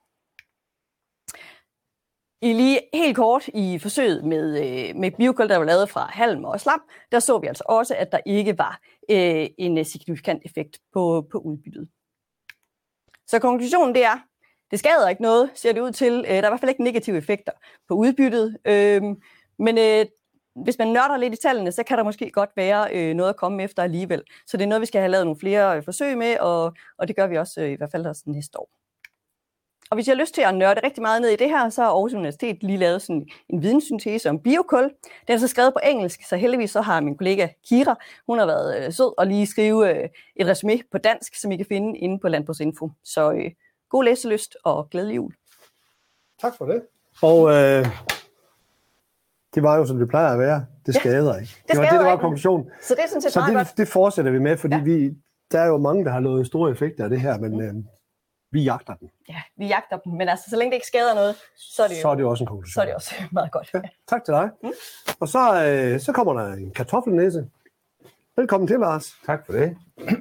I lige helt kort i forsøget med, øh, med biokul, der var lavet fra halm og slam, der så vi altså også, at der ikke var øh, en signifikant effekt på, på udbyttet. Så konklusionen det er, det skader ikke noget, ser det ud til. Der er i hvert fald ikke negative effekter på udbyttet. Men hvis man nørder lidt i tallene, så kan der måske godt være noget at komme efter alligevel. Så det er noget, vi skal have lavet nogle flere forsøg med, og, og det gør vi også i hvert fald også næste år. Og hvis I har lyst til at nørde rigtig meget ned i det her, så har Aarhus Universitet lige lavet sådan en videnssyntese om biokul. Den er så skrevet på engelsk, så heldigvis så har min kollega Kira, hun har været øh, sød og lige skrive øh, et resume på dansk, som I kan finde inde på Landbrugsinfo. Så øh, god læselyst og glædelig jul. Tak for det. Og øh, det var jo, som det plejer at være. Det skader ja, ikke. Det, det var det, der var konklusionen. Så det er sådan set så meget det, godt. det fortsætter vi med, fordi ja. vi, der er jo mange, der har lavet store effekter af det her, men øh, vi jagter dem. Ja, vi jagter dem, men altså, så længe det ikke skader noget, så er det jo, så er det jo også en konklusion. Så er det også meget godt. Ja, tak til dig. Mm. Og så, øh, så kommer der en kartoffelnæse. Velkommen til, Lars. Tak for det.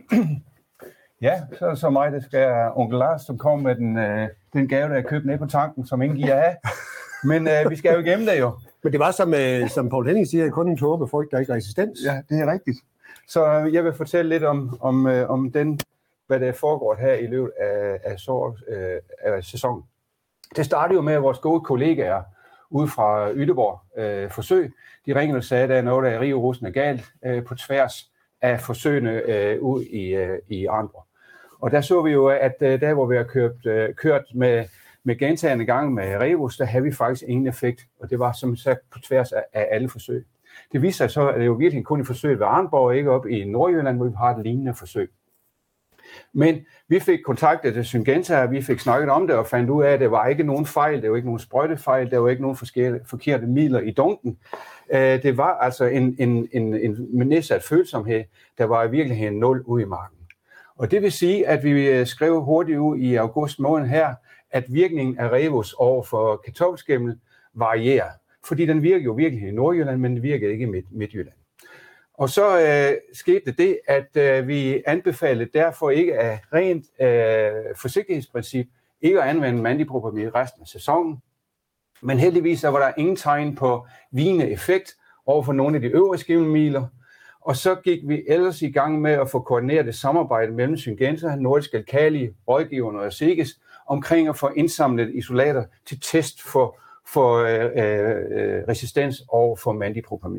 Ja, så er det så mig, det skal onkel Lars, som kommer med den, øh, den gave, der er købt ned på tanken, som ingen giver af. Men øh, vi skal jo igennem det jo. Men det var som, øh, som Poul Henning siger, kun en tåbe frygter ikke resistens. Ja, det er rigtigt. Så øh, jeg vil fortælle lidt om, om, øh, om den, hvad der foregår her i løbet af, af, så, øh, af sæsonen. Det startede jo med, at vores gode kollegaer ude fra Ytterborg øh, forsøg, de ringede og sagde, at der er noget, der er rivrusende galt øh, på tværs af forsøgene øh, ud i, øh, i Arnborg. Og der så vi jo, at øh, der hvor vi har kørt, øh, kørt med, med gentagende gange med Revus, der havde vi faktisk ingen effekt, og det var som sagt på tværs af, af alle forsøg. Det viser sig så, at det jo virkelig kun i forsøget ved Arnborg, og ikke op i Nordjylland, hvor vi har et lignende forsøg. Men vi fik kontaktet til Syngenta, og vi fik snakket om det og fandt ud af, at det var ikke nogen fejl, det var ikke nogen sprøjtefejl, der var ikke nogen forkerte midler i dunken. Det var altså en, en, en, en nedsat følsomhed, der var i virkeligheden nul ude i marken. Og det vil sige, at vi skrev hurtigt ud i august måned her, at virkningen af Revus over for kartoffelskimmel varierer. Fordi den virker jo virkelig i Nordjylland, men den virker ikke i Midt- Midtjylland. Og så øh, skete det, at øh, vi anbefalede derfor ikke af rent øh, forsigtighedsprincip ikke at anvende mandipropamid resten af sæsonen. Men heldigvis så var der ingen tegn på vigende effekt over for nogle af de øvrige skimmelmiler. Og så gik vi ellers i gang med at få koordineret et samarbejde mellem Syngenta, Nordisk Alkali, rådgiverne og SIGES omkring at få indsamlet isolater til test for, for øh, øh, resistens over for mandipropamid.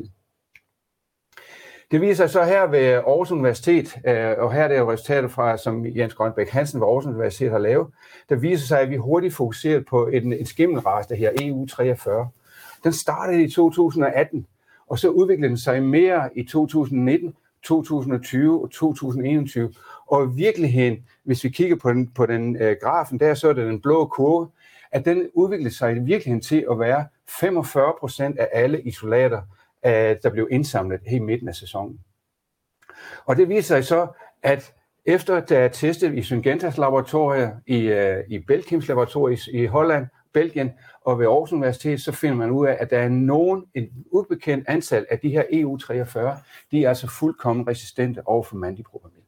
Det viser sig så her ved Aarhus Universitet, og her er det jo resultatet fra, som Jens Grønbæk Hansen ved Aarhus Universitet har lavet, der viser sig, at vi hurtigt fokuserede på en, en skimmelrace, der her E U treogfyrre. Den startede i to tusind og atten, og så udviklede den sig mere i to tusind nitten, to tusind og tyve og to tusind og enogtyve. Og i virkeligheden, hvis vi kigger på den, på den øh, grafen der, så er det den blå kurve, at den udviklede sig i virkeligheden til at være femogfyrre procent af alle isolater, der blev indsamlet helt midten af sæsonen. Og det viser sig så, at efter der er testet i Syngentas laboratorier, i, i Belkims laboratorier i Holland, Belgien og ved Aarhus Universitet, så finder man ud af, at der er nogen, et ubekendt antal af de her E U treogfyrre, de er altså fuldkommen resistente over for mandipropamid.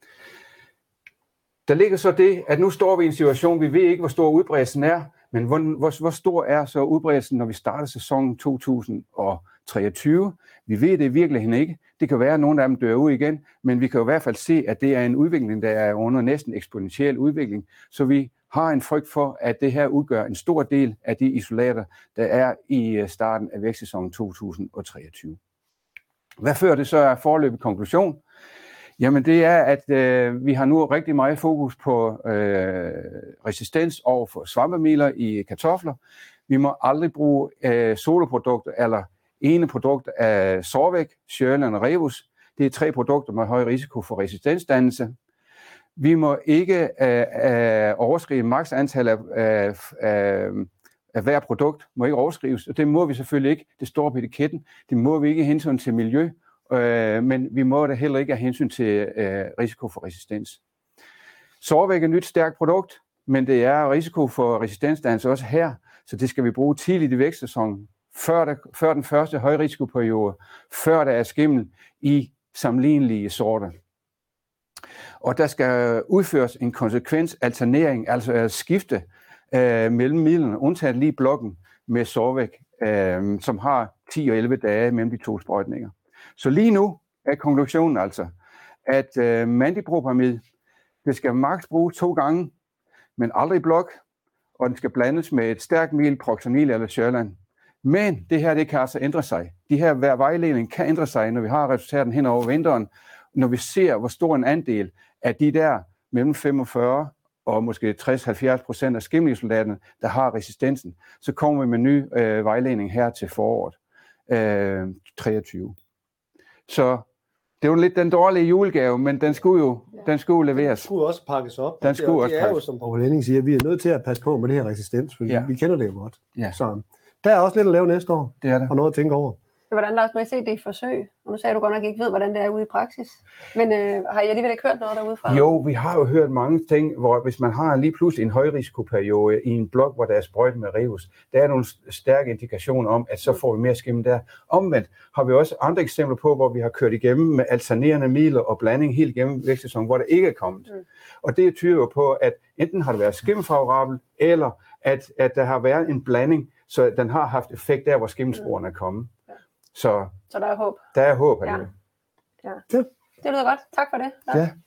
Der ligger så det, at nu står vi i en situation, vi ved ikke, hvor stor udbredelsen er, men hvor, hvor, hvor stor er så udbredelsen, når vi starter sæsonen to tusind og treogtyve. Vi ved det i virkeligheden ikke. Det kan være, at nogle af dem dør ud igen, men vi kan jo i hvert fald se, at det er en udvikling, der er under næsten eksponentiel udvikling. Så vi har en frygt for, at det her udgør en stor del af de isolater, der er i starten af vækstsæsonen to tusind og treogtyve. Hvad fører det så af foreløbig konklusion? Jamen det er, at øh, vi har nu rigtig meget fokus på øh, resistens over for svampemiler i kartofler. Vi må aldrig bruge øh, soloprodukter eller ene produkt af Sorvæk, Shirland og Revus. Det er tre produkter med høj risiko for resistensdannelse. Vi må ikke øh, øh, overskride maks antal af, af, af, af hver produkt, må ikke overskrives, og det må vi selvfølgelig ikke. Det står på etiketten. Det må vi ikke hensyn til miljø, øh, men vi må da heller ikke have hensyn til øh, risiko for resistens. Sorvæk er et nyt stærkt produkt, men det er risiko for resistensdannelse også her, så det skal vi bruge tidligt i vækstsæsonen. Før, der, før den første højrisikoperiode, før der er skimmel i sammenlignelige sorter. Og der skal udføres en konsekvens alternering, altså at skifte øh, mellem midlerne, undtaget lige blokken med Sorvæk, øh, som har ti og elleve dage mellem de to sprøjtninger. Så lige nu er konklusionen altså, at øh, mandipropamid, det skal maks bruges to gange, men aldrig blok, og den skal blandes med et stærkt middel, Proxanil eller Shirland. Men det her, det kan altså ændre sig. De her hver vejledning kan ændre sig, når vi har resultaten hen over vinteren, når vi ser, hvor stor en andel af de der mellem femogfyrre og måske tres til halvfjerds procent af skimmelssoldaterne, der har resistensen, så kommer vi med ny øh, vejledning her til foråret øh, treogtyve. Så det var lidt den dårlige julegave, men den skulle jo, den skulle leveres. Den skulle også pakkes op. Den skulle det, også det er jo, pakkes. som Poul Henning siger, vi er nødt til at passe på med det her resistens, for Ja. vi kender det jo godt. Ja. Så der er også lidt at lave næste år, Det er det. og noget at tænke over. Hvordan, Lars, må jeg se det i forsøg? Og nu sagde du godt nok ikke ved, hvordan det er ude i praksis. Men øh, har I alligevel ikke hørt noget derudefra? Jo, vi har jo hørt mange ting, hvor hvis man har lige pludselig en højrisikoperiode i en blok, hvor der er sprøjt med rivus, der er nogle stærke indikationer om, at så får vi mere skimmel der. Omvendt har vi også andre eksempler på, hvor vi har kørt igennem med alternerende midler og blanding helt igennem vækstsæsonen, hvor der ikke er kommet. Mm. Og det tyder jo på, at enten har det været skimmelfavorabelt, eller at, at der har været en blanding, så den har haft effekt der, hvor skimmelsporene er kommet. Så, så der er håb. Der er håb. Ja. Ja. Ja. Det lyder godt. Tak for det. Tak. Ja.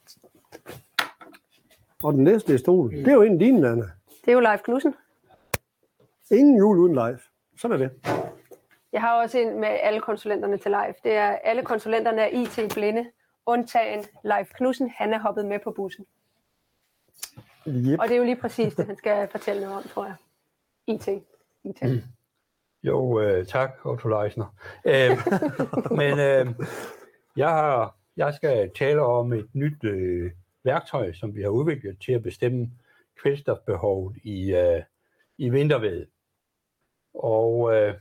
Og den næste stol, det er jo en af dine, Anna. Det er jo Leif Knudsen. Ingen jul uden Leif. Sådan er det. Jeg har også en med alle konsulenterne til Leif. Det er, alle konsulenterne er I T-blinde, undtagen Leif Knudsen. Han er hoppet med på bussen. Yep. Og det er jo lige præcis det, han skal fortælle noget om, tror jeg. I T. I T. Mm. Jo, øh, tak, Otto Leisner. Øh, men øh, jeg, har, jeg skal tale om et nyt øh, værktøj, som vi har udviklet til at bestemme kvælstofbehovet i, øh, i vinterværet. Og øh,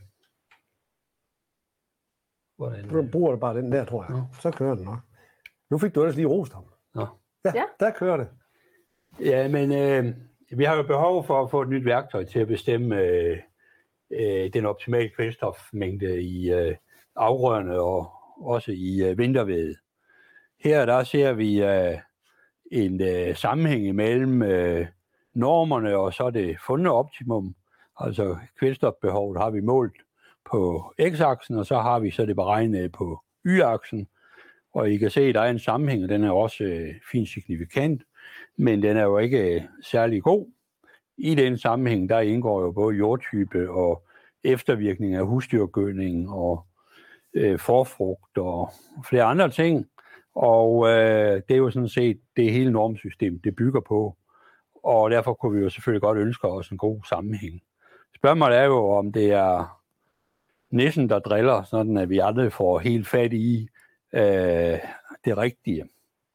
hvordan? Du bruger bare den der, tror jeg. Ja. Så kører den nok. Nu fik du ellers lige rost ham. Ja. Ja, ja, der kører det. Ja, men øh, vi har jo behov for at få et nyt værktøj til at bestemme øh, øh, den optimale kvælstofmængde i øh, afgrøderne og også i øh, vinterværet. Her der ser vi øh, en øh, sammenhæng imellem øh, normerne og så det fundne optimum. Altså kvælstofbehovet har vi målt på x-aksen, og så har vi så det beregnet på y-aksen. Og I kan se, at der er en sammenhæng, og den er også øh, fint signifikant, men den er jo ikke øh, særlig god. I den sammenhæng, der indgår jo både jordtype og eftervirkning af husdyrgødning og øh, forfrugt og flere andre ting. Og øh, det er jo sådan set det hele normsystem, det bygger på. Og derfor kunne vi jo selvfølgelig godt ønske os en god sammenhæng. Spørgsmålet er jo, om det er nissen, der driller, sådan at vi aldrig får helt fat i øh, det rigtige.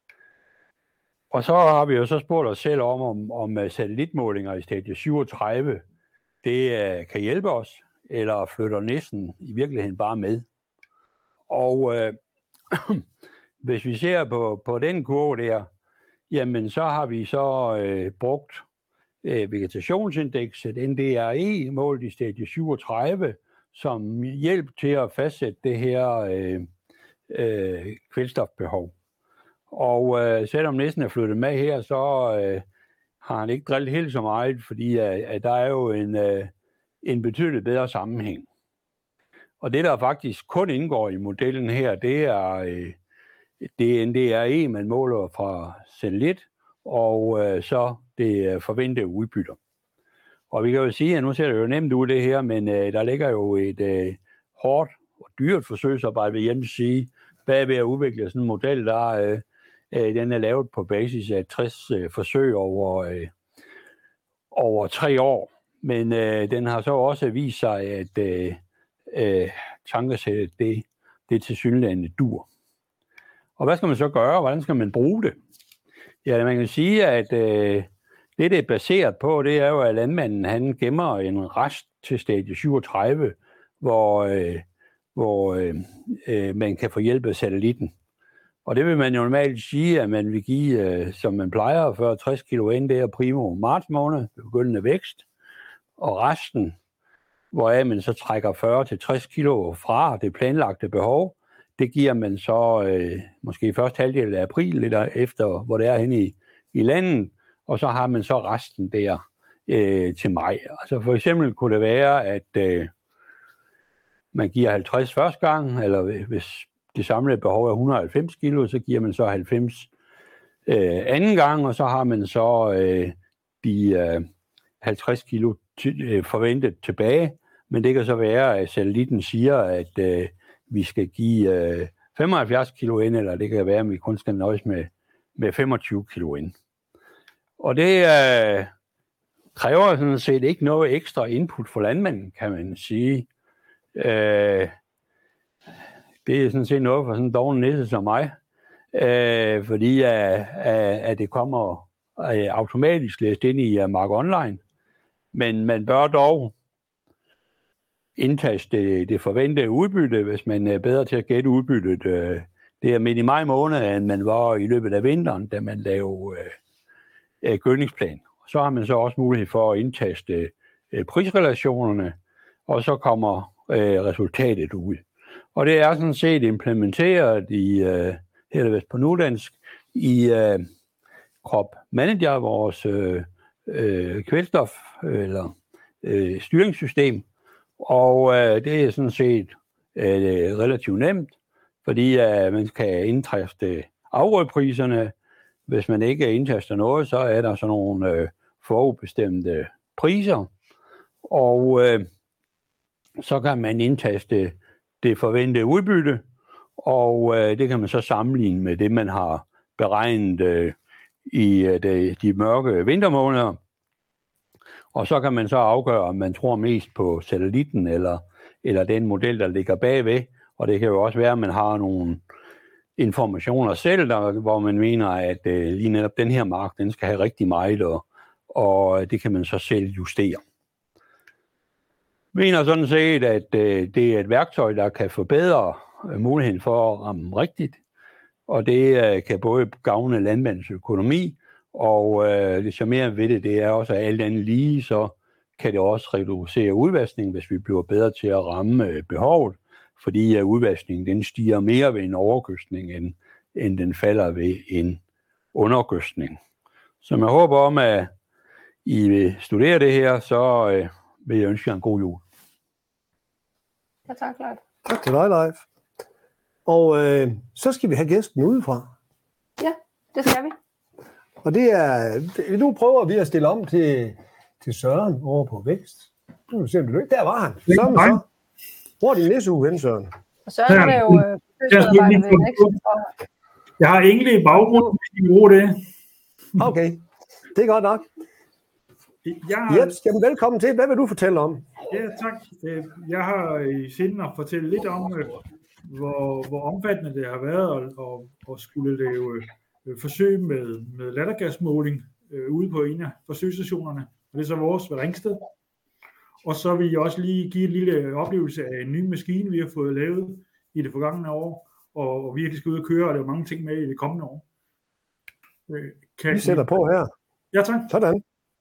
Og så har vi jo så spurgt os selv om, om, om satellitmålinger i stadie syvogtredive, det uh, kan hjælpe os, eller flytter nissen i virkeligheden bare med. Og øh, hvis vi ser på, på den kurve der, jamen så har vi så øh, brugt øh, vegetationsindekset, N D R E, målt i stadie syvogtredive, som hjælp til at fastsætte det her øh, øh, kvælstofbehov. Og øh, selvom næsten er flyttet med her, så øh, har han ikke drillet helt så meget, fordi øh, at der er jo en, øh, en betydeligt bedre sammenhæng. Og det, der faktisk kun indgår i modellen her, det er øh, det N D R E, man måler fra satellit, og øh, så det forventede udbytter. Og vi kan jo sige, at nu ser det jo nemt ud det her, men øh, der ligger jo et øh, hårdt og dyrt forsøgsarbejde, vil jeg sige, bag ved at udvikle sådan en model, der øh, øh, den er lavet på basis af tres øh, forsøg over, øh, over tre år. Men øh, den har så også vist sig, at øh, øh, tankesættet, det, det tilsyneladende dur. Og hvad skal man så gøre? Hvordan skal man bruge det? Ja, man kan sige, at øh, det, det er baseret på, det er jo, at landmanden han gemmer en rest til stadie syvogtredive, hvor, øh, hvor øh, øh, man kan få hjælp af satellitten. Og det vil man jo normalt sige, at man vil give, øh, som man plejer, fyrre til tres kilo ind der primo marts måned, begyndende vækst, og resten, hvoraf man så trækker fyrre til tres kilo fra det planlagte behov, det giver man så øh, måske først halvdel af april, lidt efter, hvor det er henne i, i landet, og så har man så resten der øh, til maj. Altså for eksempel kunne det være, at øh, man giver halvtreds første gang, eller hvis det samlede behov er et hundrede og halvfems kilo, så giver man så halvfems øh, anden gang, og så har man så øh, de øh, halvtreds kilo ty- øh, forventet tilbage. Men det kan så være, at satellitten siger, at øh, vi skal give øh, femoghalvfjerds kilo ind, eller det kan være, at vi kun skal nøjes med, med femogtyve kilo ind. Og det øh, kræver sådan set ikke noget ekstra input for landmanden, kan man sige. Øh, det er sådan set noget for sådan en doven nisse som mig, øh, fordi at, at det kommer automatisk læst ind i Mark Online. Men man bør dog indtaste det, det forventede udbytte, hvis man er bedre til at gætte udbyttet. Det er midt i maj måned, end man var i løbet af vinteren, da man lavede øh, gødningsplan. Så har man så også mulighed for at indtaste øh, prisrelationerne, og så kommer øh, resultatet ud. Og det er sådan set implementeret i, øh, her vest på nudansk, i øh, Crop Manager, vores øh, øh, kvælstof eller øh, styringssystem. Og øh, det er sådan set øh, relativt nemt, fordi øh, man kan indtaste afgrødepriserne. Hvis man ikke indtaster noget, så er der sådan nogle øh, forudbestemte priser. Og øh, så kan man indtaste det forventede udbytte, og øh, det kan man så sammenligne med det, man har beregnet øh, i øh, de, de mørke vintermåneder. Og så kan man så afgøre, om man tror mest på satellitten eller, eller den model, der ligger bagved. Og det kan jo også være, at man har nogle informationer selv, der, hvor man mener, at øh, lige netop den her mark, den skal have rigtig meget, og, og det kan man så selv justere. Jeg mener sådan set, at øh, det er et værktøj, der kan forbedre øh, muligheden for at ramme rigtigt. Og det øh, kan både gavne landmandens økonomi, og øh, det charmerende ved det, det er også, at alt andet lige, så kan det også reducere udvaskningen, hvis vi bliver bedre til at ramme øh, behovet, fordi at udvaskningen den stiger mere ved en overgødskning, end, end den falder ved en undergødskning. Så jeg håber om, at I vil studere det her, så øh, vil jeg ønske jer en god jul. Ja, tak, Leif. Tak til dig, Leif. Og øh, så skal vi have gæsten udefra. Ja, det skal vi. Og det er, nu prøver vi at stille om til, til Søren over på Vækst. Nu vil se, om det lykkes. Der var han. Så med så. Hvor er din næste uge hen, Søren? Og Søren er jo øh, besøgsmedarbejder ved Vækst. Og... Jeg har egentlig i baggrunden, hvis I bruger det. Okay, det er godt nok. Jeg... Jeps, jamen, velkommen til. Hvad vil du fortælle om? Ja, tak. Jeg har i sinde at fortælle lidt om, hvor, hvor omfattende det har været at, at skulle lave forsøg med, med lattergasmåling øh, ude på en af forsøgsstationerne. Og det er så vores ved Ringsted. Og så vil jeg også lige give en lille oplevelse af en ny maskine, vi har fået lavet i det forgangne år, og, og virkelig skal ud og køre, og der er mange ting med i det kommende år. Øh, kan vi sætter I... på her. Ja, tak. Sådan.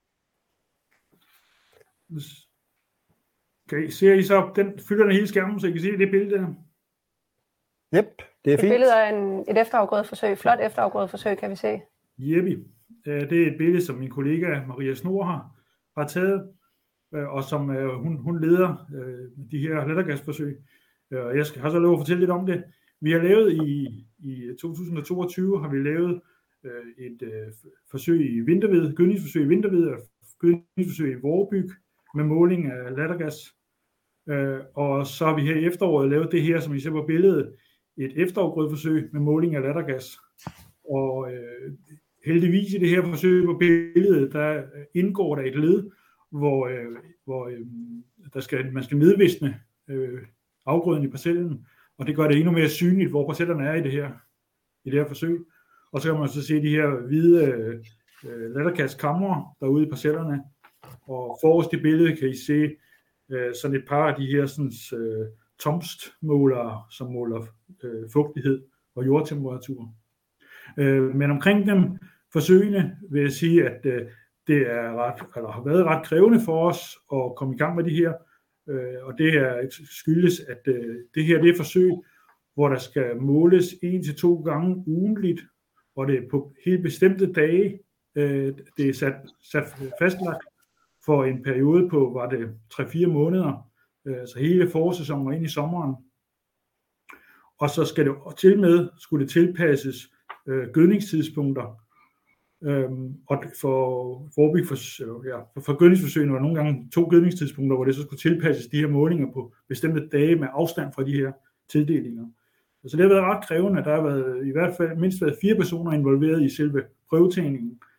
Okay, ser I så, den fylder den hele skærmen, så I kan se det billede der? Yep, det er fint. Et billede af en, et efterafgrødeforsøg, flot efterafgrødeforsøg, kan vi se. Jeppe. Det er et billede, som min kollega Maria Snor har, har taget, og som hun, hun leder de her lattergasforsøg. Jeg har så lov at fortælle lidt om det. Vi har lavet i, i to tusind og toogtyve, har vi lavet et forsøg i vinterved, gødningsforsøg i vinterved, og gødningsforsøg i Vorbyg med måling af lattergas. Og så har vi her i efteråret lavet det her, som I ser på billedet, et efterafgrødeforsøg med måling af lattergas. Og øh, heldigvis i det her forsøg på billedet, der indgår der et led, hvor, øh, hvor øh, der skal, man skal nedvisne øh, afgrøden i parcellen, og det gør det endnu mere synligt, hvor parcellerne er i det her, i det her forsøg. Og så kan man så se de her hvide øh, lattergaskamre derude i parcellerne, og forrest i billedet kan I se øh, sådan et par af de her sådan, øh, tomstmålere, som måler øh, fugtighed og jordtemperatur. Øh, men omkring dem forsøgene vil jeg sige, at øh, det er ret, eller har været ret krævende for os at komme i gang med de her, øh, og det er skyldes, at øh, det her det er forsøg, hvor der skal måles en til to gange ugentligt, og det er på helt bestemte dage, øh, det er sat, sat fastlagt for en periode på, var det tre fire måneder, øh, så hele forårssæsonen var ind i sommeren. Og så skal det til med, skulle det tilpasses øh, gødningstidspunkter. Øhm, og for, for, for, ja, for gødningsforsøgene var der nogle gange to gødningstidspunkter, hvor det så skulle tilpasses de her målinger på bestemte dage med afstand fra de her tildelinger. Så det har været ret krævende, at der har været i hvert fald mindst været fire personer involveret i selve prøvetagningen.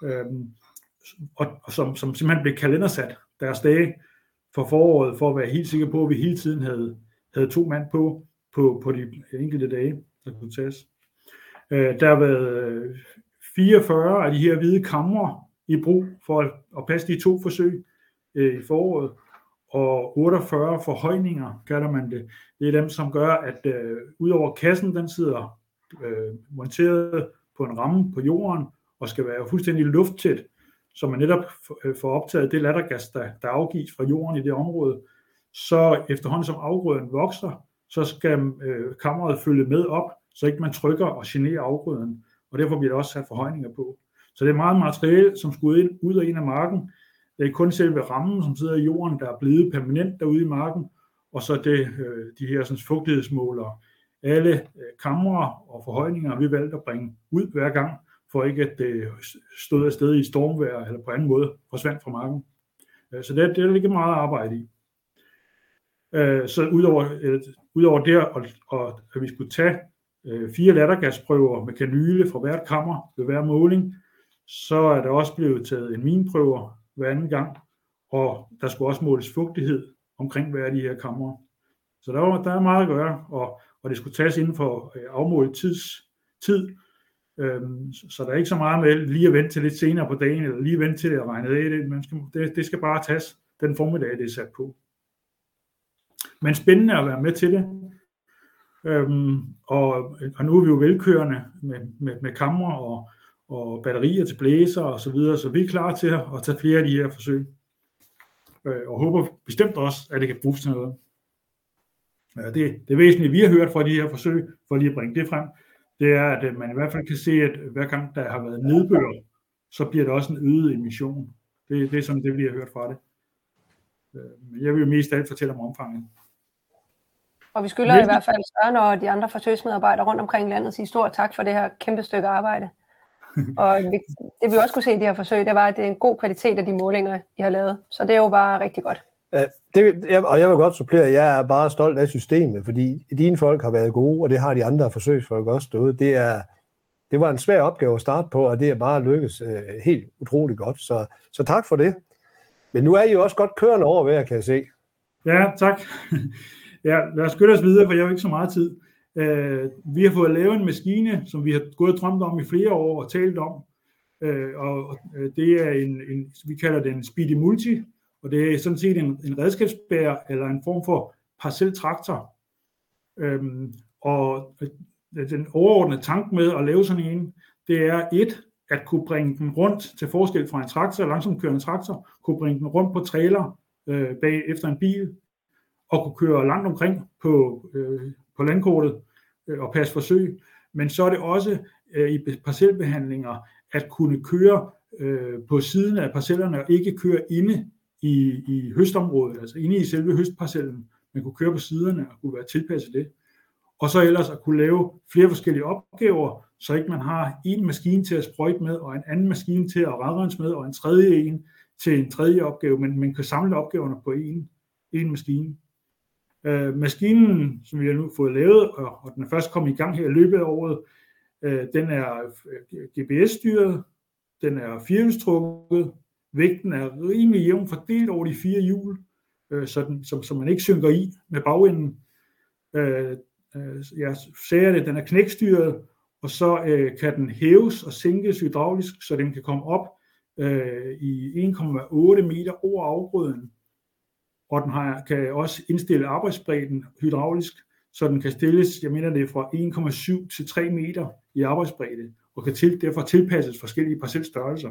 øh, og, og som, som simpelthen blev kalendersat deres dage for foråret, for at være helt sikker på, at vi hele tiden havde, havde to mand på, på, på de enkelte dage, der kunne tages. Øh, der har været fireogfyrre af de her hvide kamre i brug for at, at passe de to forsøg øh, i foråret, og otteogfyrre forhøjninger, kalder man det. Det er dem, som gør, at øh, udover kassen, den sidder øh, monteret på en ramme på jorden, og skal være fuldstændig lufttæt, så man netop får optaget det lattergas, der, der afgives fra jorden i det område. Så efterhånden som afgrøden vokser, så skal øh, kammeret følge med op, så ikke man trykker og generer afgrøden, og derfor bliver der også sat forhøjninger på. Så det er meget materiale, som skal ud, ud og ind af marken. Det er kun selve rammen, som sidder i jorden, der er blevet permanent derude i marken, og så det, øh, de her sådan, fugtighedsmålere. Alle øh, kamre og forhøjninger vi valgt at bringe ud hver gang, for ikke at det stod afsted i et stormvejr eller på anden måde forsvandt fra marken. Øh, så det, det er ikke meget arbejde i. Øh, så udover, øh, udover det, og, og at vi skulle tage øh, fire lattergasprøver med kanyle fra hvert kammer ved hver måling, så er der også blevet taget en minprøver hver anden gang, og der skulle også måles fugtighed omkring hver af de her kamre. Så der, var, der er meget at gøre, og, og det skulle tages inden for øh, afmålet tids, tid, øhm, så, så der er ikke så meget med lige at vente til lidt senere på dagen, eller lige vente til det at regne af det. Man skal, det, det skal bare tages den formiddag, det er sat på. Men spændende at være med til det, øhm, og, og nu er vi jo velkørende med, med, med kamre og og batterier til blæser og så videre, så vi er klar til at tage flere af de her forsøg. Og håber bestemt også, at det kan bruges til noget. Det, det væsentlige, vi har hørt fra de her forsøg, for lige at bringe det frem, det er, at man i hvert fald kan se, at hver gang der har været nedbør, så bliver der også en øget emission. Det, det er sådan det, vi har hørt fra det. Men jeg vil jo mest af alt fortælle om omfanget. Og vi skylder Men... i hvert fald Søren og de andre forsøgsmedarbejdere rundt omkring landet sige stort tak for det her kæmpe stykke arbejde. Og det vi også kunne se i de her forsøg, det var, at det er en god kvalitet af de målinger, I har lavet. Så det er jo bare rigtig godt. Ja, det, og jeg vil godt supplere, jeg er bare stolt af systemet, fordi dine folk har været gode, og det har de andre forsøgsfolk også stået. Det, er, det var en svær opgave at starte på, og det er bare lykkes øh, helt utroligt godt. Så, så tak for det. Men nu er I jo også godt kørende over ved, kan jeg se. Ja, tak. Ja, lad os skynde os videre, for jeg har ikke så meget tid. Uh, vi har fået lavet en maskine, som vi har gået og drømt om i flere år og talt om, uh, og uh, det er en, en, vi kalder det en Speedy Multi, og det er sådan set en, en redskabsbærer eller en form for parceltraktor. Um, og uh, den overordnede tanke med at lave sådan en, det er et, at kunne bringe den rundt til forskel fra en traktor, langsomkørende traktor, kunne bringe den rundt på trailer uh, bag efter en bil, og kunne køre langt omkring på uh, på landkortet øh, og passe forsøg, men så er det også øh, i parcelbehandlinger at kunne køre øh, på siden af parcellerne og ikke køre inde i, i høstområdet, altså inde i selve høstparcellen, men kunne køre på siderne og kunne være tilpasset det. Og så ellers at kunne lave flere forskellige opgaver, så ikke man har en maskine til at sprøjte med, og en anden maskine til at radrense med, og en tredje en til en tredje opgave, men man kan samle opgaverne på en, en maskine. Uh, maskinen, som vi har nu fået lavet, og, og den er først kommet i gang her i løbet af året, uh, den er G P S-styret, den er firehjulstrukket, vægten er rimelig jævnt fordelt over de fire hjul, uh, så, den, så, så man ikke synker i med bagenden. Uh, uh, jeg sagde det, den er knækstyret, og så uh, kan den hæves og sænkes hydraulisk, så den kan komme op uh, i en komma otte meter over afgrøden. Og den har, kan også indstille arbejdsbredden hydraulisk, så den kan stilles, jeg mener det er fra en komma syv til tre meter i arbejdsbredde, og kan til, derfor tilpasses forskellige parcelstørrelser.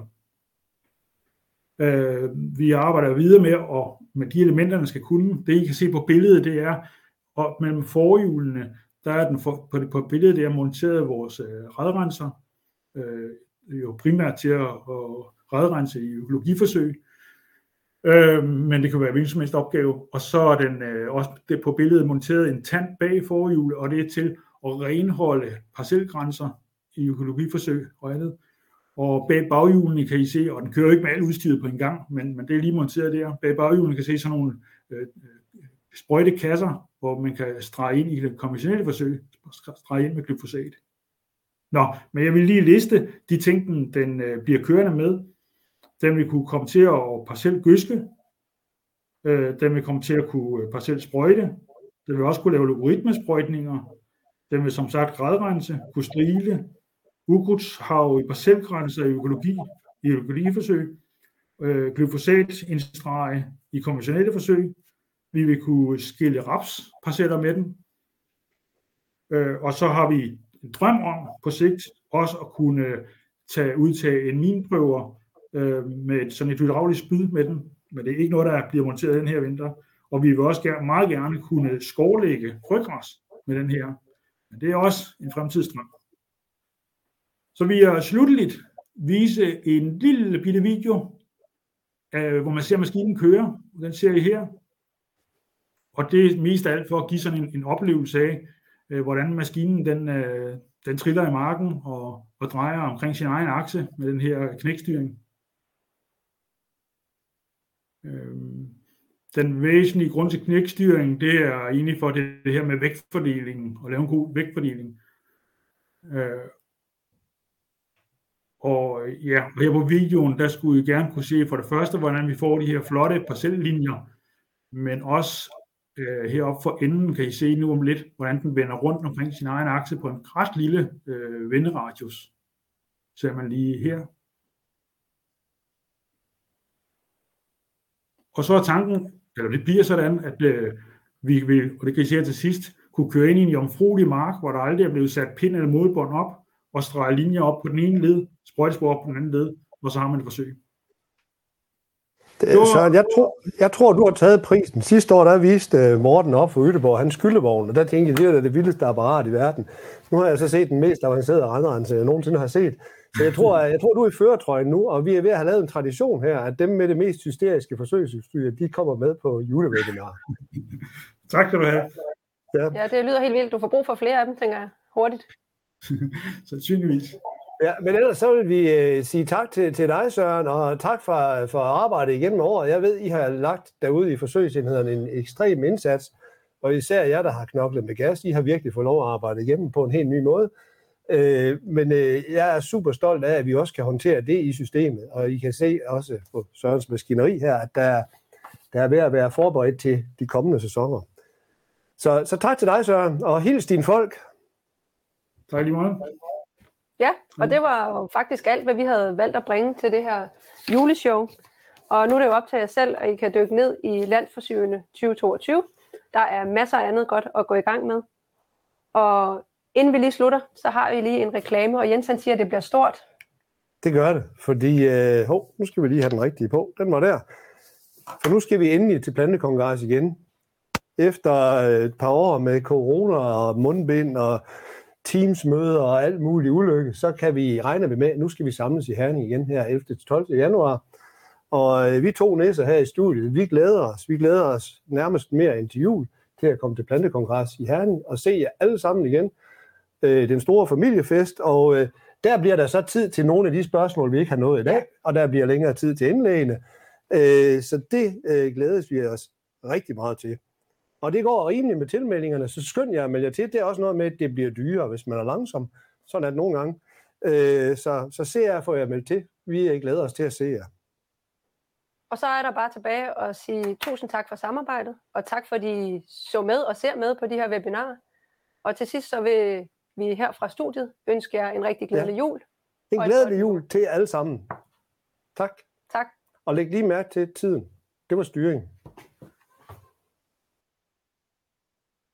Øh, vi arbejder videre med, og med de elementer, der skal kunne. Det I kan se på billedet, det er, og mellem forhjulene, der er den for, på, på billedet, det er monteret vores øh, radrenser, øh, jo primært til at, at radrense i økologiforsøg. Øh, men det kan være hvilken som helst opgave, og så er den øh, også det på billedet monteret en tand bag forhjulet, og det er til at renholde parcelgrænser i økologiforsøg og andet. Og bag baghjulene kan I se, og den kører ikke med alt udstyret på en gang, men, men det er lige monteret der. Bag baghjulene kan I se sådan nogle øh, sprøjtekasser, hvor man kan strege ind i det konventionelle forsøg, strege ind med glyfosat. Nå, men jeg vil lige liste de ting, den, den øh, bliver kørende med. Den vil kunne komme til at parcel gødske. Øh, den vil komme til at kunne parcel sprøjte. Den vil også kunne lave logaritmesprøjtninger. Den vil som sagt gradrense, kunne strile, ukrudtshav i parcelgrænser i økologi, i økologiforsøg, øh, glyfosat indstrege i konventionelle forsøg. Vi vil kunne skille rapsparceller med den. Øh, og så har vi en drøm om på sigt også at kunne tage, udtage en minprøver øh, med sådan et hydraulisk spyd med den. Men det er ikke noget, der bliver monteret den her vinter. Og vi vil også gerne, meget gerne kunne skovlægge frøgræs med den her. Men det er også en fremtidsdrøm. Så vi er slutteligt vise en lille bitte video, øh, hvor man ser maskinen køre. Den ser I her. Og det er mest af alt for at give sådan en, en oplevelse af, øh, hvordan maskinen den, øh, den triller i marken og, og drejer omkring sin egen akse med den her knækstyring. Øh, den væsentlige grund til knækstyring, det er egentlig for det, det her med vægtfordelingen, og lave en god vægtfordeling. Øh, og ja, her på videoen, der skulle I gerne kunne se for det første, hvordan vi får de her flotte parcellinjer, men også øh, heroppe for enden kan I se nu om lidt, hvordan den vender rundt omkring sin egen akse på en ret lille øh, venderadius. Ser man lige her. Og så er tanken, eller det bliver sådan, at øh, vi vil, og det kan I se her til sidst, kunne køre ind i en jomfruelig mark, hvor der aldrig er blevet sat pind eller modbånd op, og strege linjer op på den ene led, sprøjtespor op på den anden led, og så har man et forsøg. Det, Søren, jeg tror, jeg tror, du har taget prisen. Sidste år, der viste Morten op for Ytterborg, hans skyldevogn, og der tænkte jeg, det er det vildeste apparat i verden. Nu har jeg så set den mest avancerede randrense, jeg nogensinde har set. Så jeg tror, jeg tror, du er i førertrøjen nu, og vi er ved at have lavet en tradition her, at dem med det mest hysteriske forsøgsudstyr, de kommer med på julewebinar. Tak skal du have. Ja. ja, det lyder helt vildt. Du får brug for flere af dem, tænker jeg, hurtigt. Sandsynligvis. Ja, men ellers så vil vi øh, sige tak til, til dig, Søren, og tak for, for arbejdet igennem året. Jeg ved, I har lagt derude i forsøgsenhederne en ekstrem indsats, og især jer, der har knoklet med gas, I har virkelig fået lov at arbejde igennem på en helt ny måde. Øh, men øh, jeg er super stolt af, at vi også kan håndtere det i systemet, og I kan se også på Sørens maskineri her, at der, der er ved at være forberedt til de kommende sæsoner. Så, så tak til dig, Søren, og hils dine folk. Tak lige meget. Ja, og det var jo faktisk alt, hvad vi havde valgt at bringe til det her juleshow. Og nu er det jo op til jer selv, at I kan dykke ned i Landsforsøgene tyve toogtyve. Der er masser af andet godt at gå i gang med. Og inden vi lige slutter, så har vi lige en reklame, og Jens han siger, at det bliver stort. Det gør det, fordi øh, hov, nu skal vi lige have den rigtige på. Den var der. For nu skal vi endelig til plantekongres igen. Efter et par år med corona og mundbind og teamsmøder og alt muligt ulykke, så kan vi regne med, at nu skal vi samles i Herning igen her ellevte til tolvte januar. Og øh, vi to næser her i studiet, vi glæder os. Vi glæder os nærmest mere end til jul til at komme til plantekongres i Herning og se jer alle sammen igen. Øh, den store familiefest, og øh, der bliver der så tid til nogle af de spørgsmål, vi ikke har nået i dag, og der bliver længere tid til indlægene. Øh, så det øh, glædes vi os rigtig meget til. Og det går rimeligt med tilmeldingerne, så skynd jer at melde jer til. Det er også noget med, at det bliver dyrere, hvis man er langsom. Sådan er det nogle gange. Øh, så, så se jer, får jeg meldt til. Vi glæder os til at se jer. Og så er der bare tilbage at sige tusind tak for samarbejdet, og tak fordi I så med og ser med på de her webinarer. Og til sidst så vil vi her fra studiet ønske jer en rigtig glædelig ja. jul. En glædelig jul til jer alle sammen. Tak. Tak. Og læg lige mærke til tiden. Det var styring.